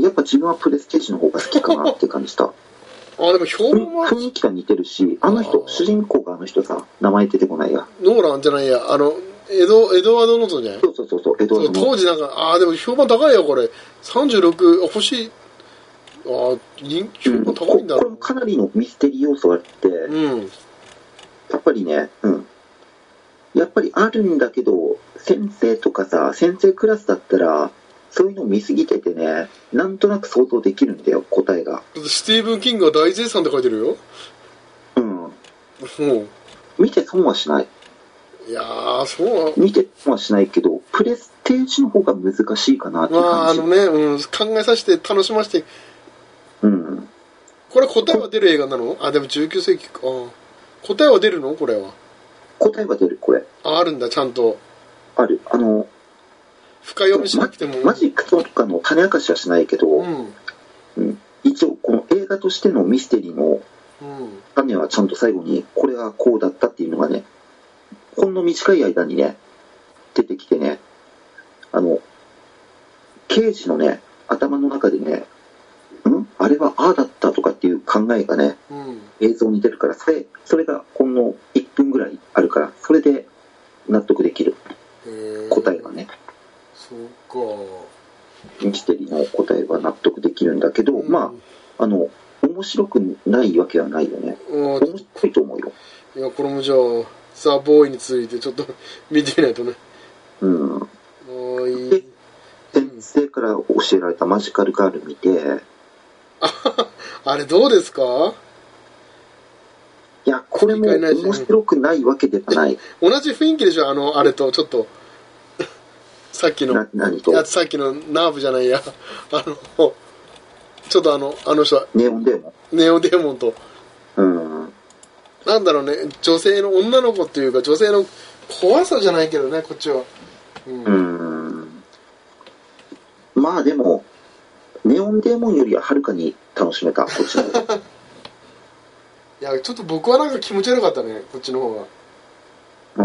[SPEAKER 2] やっぱ自分はプレステージの方が好きかなって感じた。
[SPEAKER 3] あでも評判は
[SPEAKER 2] 雰囲気が似てるし、あの人主人公があの人さ名前出てこないや。
[SPEAKER 3] ノーランじゃないや、あのエドエドワード・ノートンじゃない？
[SPEAKER 2] そうそうそうそうエドワード・ノートン。
[SPEAKER 3] 当時なんかああでも評判高いよこれさんじゅうろく星あ人気評判高いんだろう、うん、これも
[SPEAKER 2] かなりのミステリー要素があって、うん、やっぱりね、うん、やっぱりあるんだけど先生とかさ先生クラスだったらそういうのを見すぎててねなんとなく想像できるんだよ答えが。
[SPEAKER 3] スティーブン・キングが大絶賛って書いてるよ。
[SPEAKER 2] うん、うん、見て損はしない。
[SPEAKER 3] いやーそう
[SPEAKER 2] 見て損はしないけどプレステージの方が難しいかなって感じ。
[SPEAKER 3] まああのね、うん、考えさせて楽しませて、
[SPEAKER 2] うん、
[SPEAKER 3] これ答えは出る映画なの？あでもじゅうきゅう世紀か。答えは出るのこれは？
[SPEAKER 2] 答えは出るこれ。
[SPEAKER 3] ああるんだちゃんと。
[SPEAKER 2] あるあの
[SPEAKER 3] 深読みしなくても
[SPEAKER 2] マジックとかの種明かしはしないけど、うんうん、一応この映画としてのミステリーの種はちゃんと最後にこれはこうだったっていうのがねほんの短い間にね出てきてねあの刑事のね頭の中でねんあれはああだったとかっていう考えがね、うん、映像に出るからそれ、それがほんのいっぷんぐらいあるからそれで納得できる答えがね。
[SPEAKER 3] そうか
[SPEAKER 2] ミステリーの答えは納得できるんだけど、うん、まああの面白くないわけはないよね。面白いと思うよ。
[SPEAKER 3] いやこれもじゃあザ・ボーイについてちょっと見てみないとね。
[SPEAKER 2] うん。で先生から教えられたマジカルガール見て
[SPEAKER 3] あれどうですか？
[SPEAKER 2] いやこれも面白くないわけではない。
[SPEAKER 3] 同じ雰囲気でしょあのあれとちょっとさっきの
[SPEAKER 2] な何と
[SPEAKER 3] さっきのナーブじゃないやあのちょっとあのあの人は
[SPEAKER 2] ネオンデーモ
[SPEAKER 3] ンネオンデーモンと
[SPEAKER 2] うん
[SPEAKER 3] なんだろうね女性の女の子っていうか女性の怖さじゃないけどねこっちはうん、
[SPEAKER 2] うんまあでもネオンデーモンよりははるかに楽しめたこっちの方がい
[SPEAKER 3] やちょっと僕はなんか気持ち悪かったねこっちの方がうん、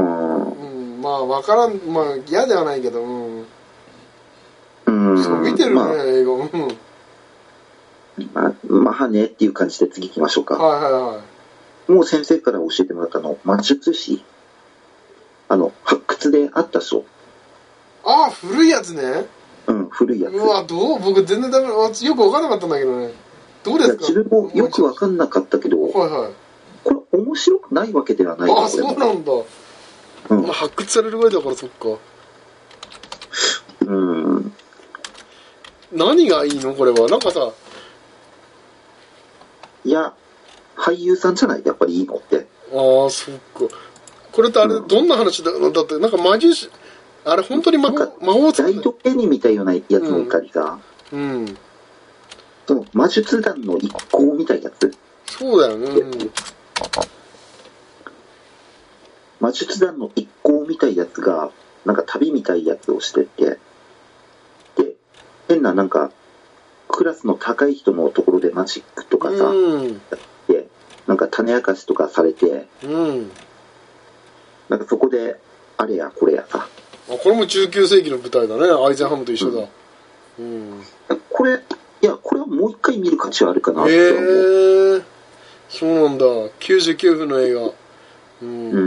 [SPEAKER 3] うん、まあ分からんまあ嫌ではないけどうんうんそう見てるね、まあ、映画うん
[SPEAKER 2] まあ、まあねっていう感じで次行きましょうか。
[SPEAKER 3] はいはいはい。
[SPEAKER 2] もう先生から教えてもらったの魔術師あの発掘であったでしょ。
[SPEAKER 3] ああ古いやつね。
[SPEAKER 2] うん古いやつ。
[SPEAKER 3] うわどう僕全然ダメよく分からなかったんだけどね。どうですか？
[SPEAKER 2] 自分もよく分かんなかったけど、はいはい、これ面白くないわけではない。
[SPEAKER 3] ああそうなんだ。うん、発掘されるぐらいだからそっか。
[SPEAKER 2] うん
[SPEAKER 3] 何がいいのこれはなんかさ
[SPEAKER 2] いや俳優さんじゃないやっぱりいいのって。
[SPEAKER 3] ああそっかこれってあれ、うん、どんな話だだってなんか魔術師あれ本当に魔法魔法使
[SPEAKER 2] うライトペニーみたいなやつもいたりさ、うん、うん、その魔術団の一行みたいなやつ
[SPEAKER 3] そうだよね、うん、
[SPEAKER 2] 魔術団の一行みたいやつがなんか旅みたいやつをしててで変ななんかクラスの高い人のところでマジックとかさ、うん、やってなんか種明かしとかされて、うん、なんかそこであれやこれやさ。
[SPEAKER 3] あ、これもじゅうきゅうせいきの舞台だね。アイゼンハムと一緒だ。うん。うん、
[SPEAKER 2] これ、いや、これはもう一回見る価値はあるかなって思う。
[SPEAKER 3] へえー、そうなんだ。きゅうじゅうきゅうふんの映画。うん。うん、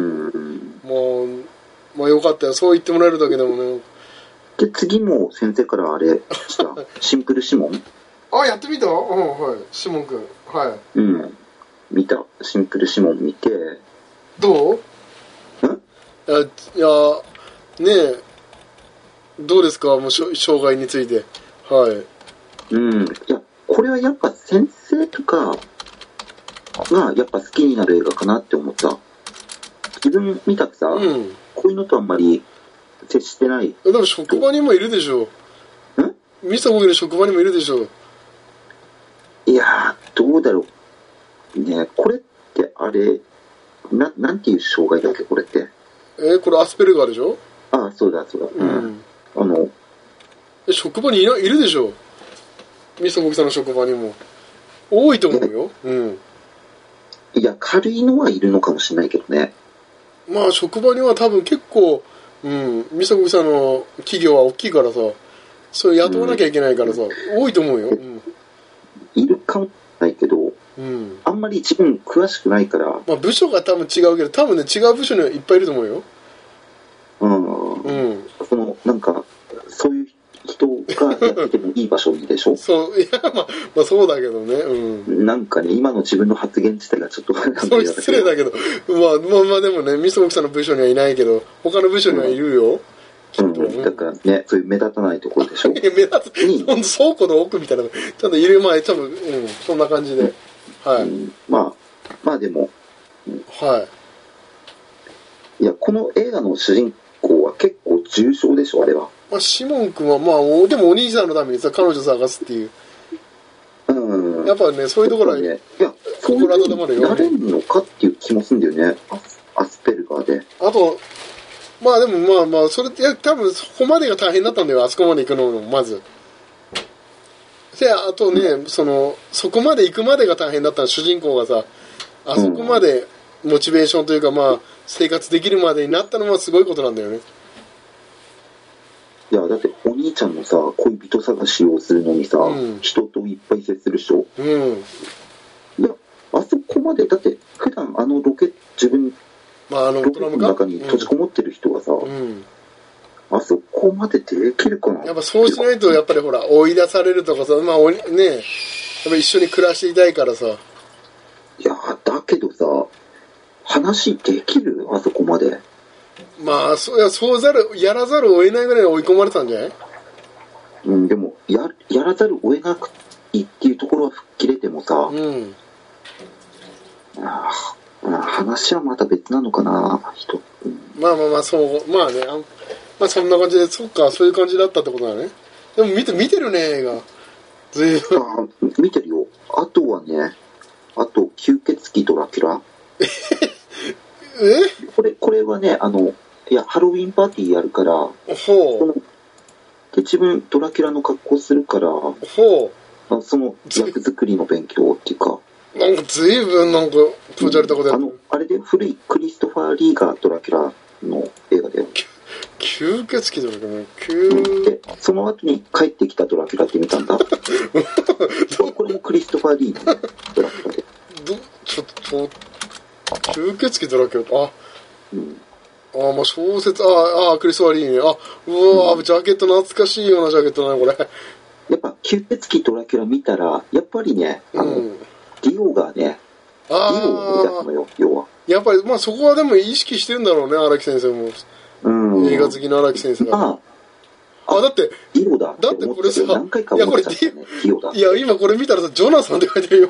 [SPEAKER 3] もう、まあよかったよ。そう言ってもらえるだけでもね。
[SPEAKER 2] で、次も先生からあれした。シンプルシモン。
[SPEAKER 3] あ、やってみた？うん、はい。シモン君。はい。
[SPEAKER 2] うん。見た。シンプルシモン見て。
[SPEAKER 3] どう？ん？いや、いや、ねえ、どうですか？もう障害について。はい。
[SPEAKER 2] うん。いや、これはやっぱ先生とかがやっぱ好きになる映画かなって思った。自分見たくさ、うん、こういうのとあんまり接してない。
[SPEAKER 3] でも職場にもいるでしょ。ん？ミスターボギーの職場にもいるでしょ。
[SPEAKER 2] いやー、どうだろう。ね、これってあれ、な、なんていう障害だっけ、これって。
[SPEAKER 3] えー、これアスペルガーでしょ？
[SPEAKER 2] ああ、そうだ、そうだ。うん。うん、あの、
[SPEAKER 3] え、職場にいないるでしょ。ミスターボギーさんの職場にも。多いと思うよ。うん。
[SPEAKER 2] いや、軽いのはいるのかもしれないけどね。
[SPEAKER 3] まあ、職場には多分結構、うん、ミスターボギーさんの企業は大きいからさ、それ雇わなきゃいけないからさ、うん、多いと思うよ。うん、
[SPEAKER 2] いるかもしれないけど、うん、あんまり自分詳しくないから。
[SPEAKER 3] まあ、部署が多分違うけど、多分ね、違う部署にはいっぱいいると思うよ。
[SPEAKER 2] うん。うん。その、なんか、そういう人がやっててもいい場所でしょ？
[SPEAKER 3] そう、いや、まあ、まあそうだけどね。うん。
[SPEAKER 2] なんかね、今の自分の発言自体がちょっと
[SPEAKER 3] そう失礼だけど、まあ、まあまあでもね、ミスボキさんの部署にはいないけど、他の部署にはいるよ。
[SPEAKER 2] うん、うん、だからね、そういう目立たないところでしょ。
[SPEAKER 3] 目立つ、ほんと倉庫の奥みたいな、ちょっといる前、多分、うん、そんな感じで。はい。うん、
[SPEAKER 2] まあ、まあでも、
[SPEAKER 3] うん、はい。
[SPEAKER 2] いや、この映画の主人公は結構重症でしょ、あれは。
[SPEAKER 3] まあ、シモン君は、まあ、でもお兄さんのためにさ、彼女探すっていう。うん。やっぱね、そういうところは、ね、
[SPEAKER 2] いや、心温まるよ、ね。なれるのかっていう気もするんだよね。アスペルガーで。
[SPEAKER 3] あと、まあでもまあまあ、それって、多分そこまでが大変だったんだよ、あそこまで行くのも、まず。で、あとね、うん、その、そこまで行くまでが大変だった主人公がさ、あそこまでモチベーションというか、まあ、生活できるまでになったのはすごいことなんだよね。
[SPEAKER 2] いや、だってお兄ちゃんもさ、恋人探しをするのにさ、うん、人といっぱい接するでしょ。うん。いや、あそこまで、だって普段あのロケ、自分、まあ、あのロケの中に閉じこもってる人がさ、うん、あそこまでできるかな。
[SPEAKER 3] やっぱそうしないと、やっぱりほら、追い出されるとかさ、まあ、ね、やっぱ一緒に暮らしていたいからさ。
[SPEAKER 2] いや、だけどさ、話できる？あそこまで。
[SPEAKER 3] まあ、そうや、そうざる、やらざるを得ないぐらい追い込まれたんじゃない？
[SPEAKER 2] うん、でも、や、やらざるを得なくていいっていうところは吹っ切れてもさ、うん。ああ、話はまた別なのかな、人。うん、
[SPEAKER 3] まあまあまあ、そう、まあね、あまあそんな感じで、そっか、そういう感じだったってことだね。でも見て、見てるね、映画。ずいぶん。
[SPEAKER 2] あ、見てるよ。あとはね、あと、吸血鬼ドラキュラ。
[SPEAKER 3] え
[SPEAKER 2] これ、これはね、あの、いや、ハロウィンパーティーやるから、ほう。で、自分、ドラキュラの格好するから、ほう。その、役作りの勉強っていうか。
[SPEAKER 3] なんか、ずいぶん、なんか、気持ち悪いとこでや
[SPEAKER 2] る。あの、あれで古いクリストファー・リーがドラキュラの映画で。
[SPEAKER 3] 吸血鬼ドラキュラね。吸
[SPEAKER 2] で、その後に帰ってきたドラキュラって見たんだ。これもクリストファー・リーのドラキュラで。
[SPEAKER 3] ど、ちょっと、吸血鬼ドラキュラ、あ、うん、あ、まあ小説、ああ、クリストファー・リーね。あ、うわ、うん、ジャケット懐かしいようなジャケットだね、これ。
[SPEAKER 2] やっぱ、吸血鬼ドラキュラ見たら、やっぱりね、あの、うん、ディオがね、
[SPEAKER 3] あ
[SPEAKER 2] ディオを思い出すのよ、要は。
[SPEAKER 3] やっぱり、まあそこはでも意識してるんだろうね、荒木先生も。うん。映画好きの荒木先生が。
[SPEAKER 2] あ
[SPEAKER 3] あ、だって、
[SPEAKER 2] ディオだ
[SPEAKER 3] だってこれさ、
[SPEAKER 2] 何回か思っちゃったね、ディオだ。
[SPEAKER 3] いや、今これ見たらさ、ジョナサンって書いてるよ。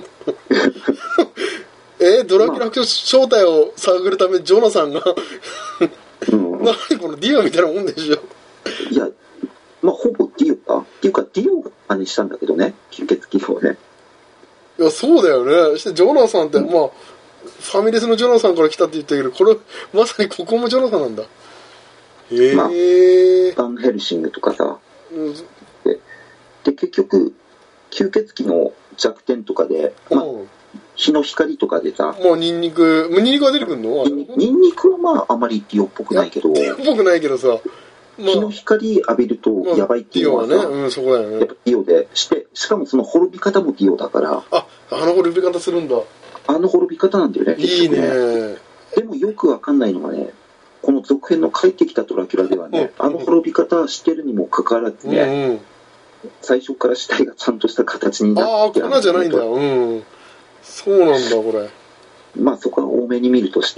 [SPEAKER 3] えー、ドラキュラの正体を探るためジョナサンがうん、何このディオみたいなもんでしょ。
[SPEAKER 2] いや、まあほぼディオかっていうかディオが真似したんだけどね、吸血鬼をね。
[SPEAKER 3] いや、そうだよね。そしてジョナサンって、うん、まあファミレスのジョナサンから来たって言ったけど、これまさにここもジョナサンなんだ。へえ、まあ、
[SPEAKER 2] バンヘルシングとかさ、うん、で, で結局吸血鬼の弱点とかで、まあ、 日の光とかでさ、
[SPEAKER 3] もうニンニク、ニンニクが出てくるの？
[SPEAKER 2] ニンニクはまああまりディオっぽくないけど、
[SPEAKER 3] ディオっぽくないけどさ、
[SPEAKER 2] まあ、日の光浴びるとやばいっていうのはさ、
[SPEAKER 3] まあ、ディオはね、うん、そこだよね。
[SPEAKER 2] やっぱディオでして、しかもその滅び方もディオだから。
[SPEAKER 3] あ、あの滅び方するんだ。
[SPEAKER 2] あの滅び方なんだよね。
[SPEAKER 3] いいね。
[SPEAKER 2] でもよくわかんないのがね、この続編の帰ってきたドラキュラではね、うん、あの滅び方してるにもかかわらずね、うんうん、最初から死体がちゃんとした形になってる。
[SPEAKER 3] ああ、粉じゃないんだ。うん。そうなんだ、これ。
[SPEAKER 2] まあそこは多めに見るとして。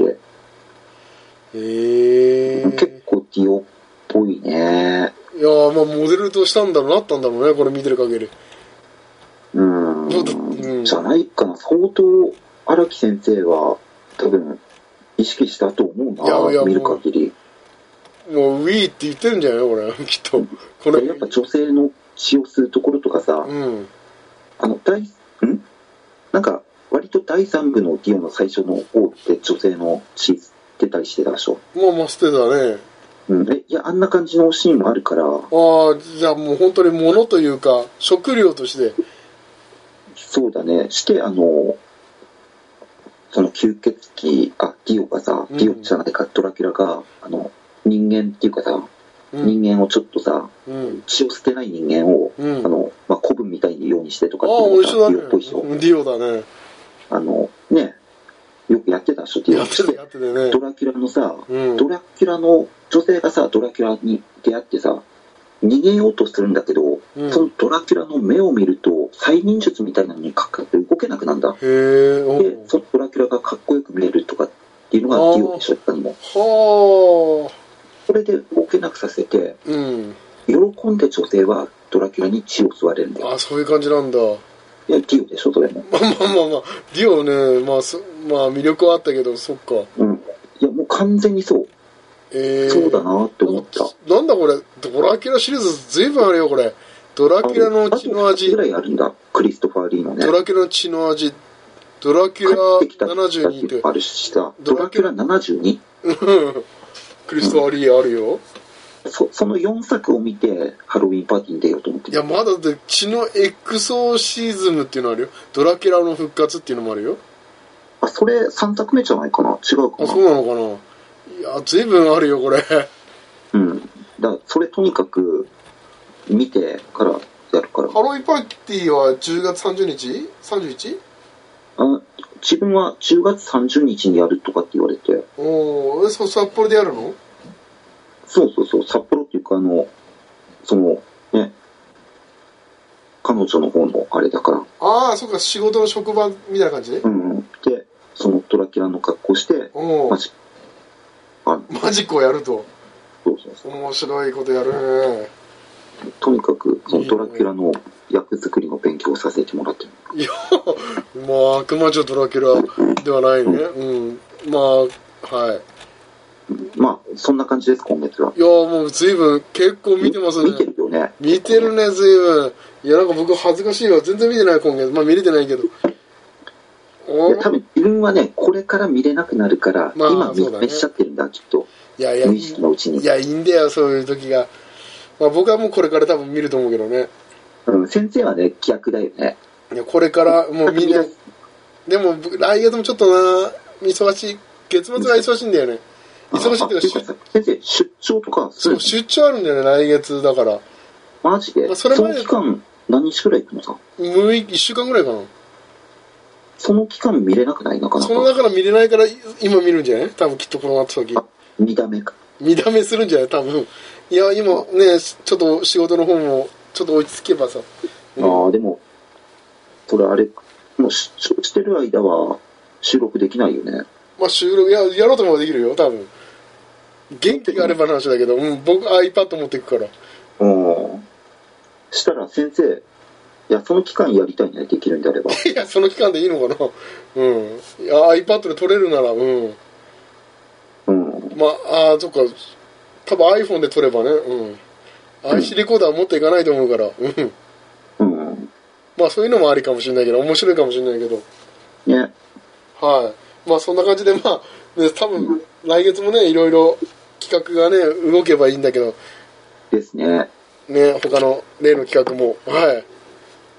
[SPEAKER 3] へえー。
[SPEAKER 2] 結構ディオっぽいね。
[SPEAKER 3] いやー、まあモデルとしたんだろうなったんだろうね、これ見てる限り。
[SPEAKER 2] うーん。うん、じゃないかな。相当荒木先生は多分意識したと思うな。いやいや見る限り。
[SPEAKER 3] もうウィーって言ってるんじゃないこれきっと。これ
[SPEAKER 2] やっぱ女性の血を吸うところとかさ、うん、あの大んなんか割と第三部のディオの最初の方って女性の血吸ってたりしてたでしょ。
[SPEAKER 3] まあまあ捨てたね。
[SPEAKER 2] うん、えいやあんな感じのシーンもあるから。あ
[SPEAKER 3] あ、じゃあもう本当に物というか食料として。
[SPEAKER 2] そうだね。してあのその吸血鬼あディオがさ、うん、ディオじゃないかドラキュラがあの人間っていうかさ、うん、人間をちょっとさ、うん、血を捨てない人間を、うん、あのまあ古文みたいにようにしてとかっていうのがさ、
[SPEAKER 3] ディオっぽいでしょ。ディオだね。
[SPEAKER 2] あのねよくやってたでしょディオ。
[SPEAKER 3] やってたやってたね。
[SPEAKER 2] ドラキュラのさ、うん、ドラキュラの女性がさドラキュラに出会ってさ逃げようとするんだけど、うん、そのドラキュラの目を見ると催眠術みたいなのにかかって動けなくなるんだ。
[SPEAKER 3] へー。
[SPEAKER 2] でそのドラキュラがかっこよく見えるとかっていうのがディオでしょ他にも。
[SPEAKER 3] はあ。
[SPEAKER 2] それで動けなくさせて、うん、喜んで女性はドラキュラに血を吸われるんだよ。
[SPEAKER 3] あ、そういう感じなんだ。い
[SPEAKER 2] やディオでしょそれも。
[SPEAKER 3] まあまあまあまあディオね、まあそまあ魅力はあったけどそっか。
[SPEAKER 2] うん。いやもう完全にそう。えー、そうだなって思った。
[SPEAKER 3] なんだこれドラキュラシリーズずいぶんあるよこれ。ドラキュラの血の味。
[SPEAKER 2] ぐらいあるんだクリストファー・リーのね。
[SPEAKER 3] ドラキュラの血の味。ドラキュラななじゅうにって
[SPEAKER 2] あるしさ。ドラキュラ ななじゅうに？
[SPEAKER 3] クリストファー・リーあるよ。
[SPEAKER 2] そ, そのよんさくを見てハロウィンパーティーに出ようと思ってる。
[SPEAKER 3] いやまだで血のエクソーシズムっていうのあるよ。ドラキュラの復活っていうのもあるよ。
[SPEAKER 2] あそれさんさくめじゃないかな。違うかな。
[SPEAKER 3] あそうなのかな。いや随分あるよこれ。
[SPEAKER 2] うんだそれとにかく見てからやるから。
[SPEAKER 3] ハロウィンパーティーはじゅうがつさんじゅうにち ?さんじゅういち？
[SPEAKER 2] あ自分はじゅうがつさんじゅうにちにやるとかって言われて。
[SPEAKER 3] おお、そ札幌でやるの？
[SPEAKER 2] そうそうそう、札幌っていうかあのそのね彼女の方のあれだから。
[SPEAKER 3] ああ、そうか、仕事の職場みたいな感じで。
[SPEAKER 2] うん、うん、でそのドラキュラの格好して
[SPEAKER 3] マジあマジックをやると。
[SPEAKER 2] そうそうそう、
[SPEAKER 3] 面白いことやるね。
[SPEAKER 2] とにかくそのドラキュラの役作りの勉強をさせてもらってる。
[SPEAKER 3] いやまあ悪魔女ドラキュラではないね。うん、うん、まあはい。
[SPEAKER 2] まあそんな感じです今月は。
[SPEAKER 3] いやもう随分結構見てますね。
[SPEAKER 2] 見てるよね。
[SPEAKER 3] 見てるね随分。いやなんか僕恥ずかしいわ全然見てない今月。まあ見れてないけど。い
[SPEAKER 2] や多分自分はねこれから見れなくなるから、まあ、今見めしちゃってるんだきっと。
[SPEAKER 3] いやいや
[SPEAKER 2] 無意識のうちに。
[SPEAKER 3] いやいいんだよそういう時が。まあ僕はもうこれから多分見ると思うけどね。
[SPEAKER 2] うん、先生はね逆だよね。
[SPEAKER 3] いやこれからもうみんなでも来月もちょっとな忙しい月末が忙しいんだよね。忙しいっていうか
[SPEAKER 2] 先生出張とか
[SPEAKER 3] そう出張あるんだよね来月だから。
[SPEAKER 2] マジで、まあ、それまでその期間何日くらい行くのさ。
[SPEAKER 3] いっしゅうかんぐらいかな。
[SPEAKER 2] その期間見れなくないなかなか。
[SPEAKER 3] その中から見れないから今見るんじゃない多分きっとこの後先。
[SPEAKER 2] 見だめか
[SPEAKER 3] 見だめするんじゃない多分。いや今ねちょっと仕事の方もちょっと落ち着けばさ、
[SPEAKER 2] うん、ああでもそれあれもう出張してる間は収録できないよね。
[SPEAKER 3] まあ収録ややろうともできるよ多分元気があればの話だけど、うん、僕 iPad 持っていくから。
[SPEAKER 2] うんしたら先生いやその期間やりたいねできるんであれば。い
[SPEAKER 3] やその期間でいいのかな。うんいや iPad で撮れるならうんうんまああそっか多分 iPhone で撮ればねうん、うん、アイシー レコーダー持っていかないと思うからうんうんまあそういうのもありかもしれないけど面白いかもしれないけど
[SPEAKER 2] ね
[SPEAKER 3] はいまあそんな感じでまあ、ね、多分来月もねいろいろ企画がね動けばいいんだけど
[SPEAKER 2] ですね
[SPEAKER 3] ね他の例の企画もはい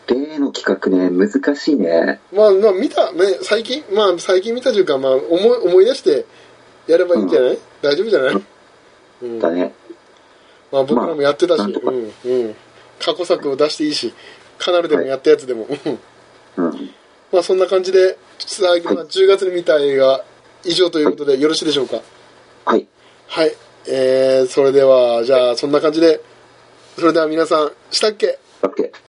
[SPEAKER 2] 例の企画ね、難しいね。
[SPEAKER 3] まあ、まあ、見た、ね、最近、まあ、最近見たというか、まあ、思い、思い出してやればいいんじゃない、うん、大丈夫じゃない、うん、
[SPEAKER 2] だね。
[SPEAKER 3] まあ、僕らもやってたし、まあ、うん、うん。過去作を出していいし、カナルでもやったやつでも。はい、うん。まあ、そんな感じで、最近はじゅうがつに見た映画、以上ということでよろしいでしょうか。
[SPEAKER 2] はい。
[SPEAKER 3] はい。えー、それでは、じゃあ、そんな感じで、それでは皆さん、したっけ？
[SPEAKER 2] したっけ？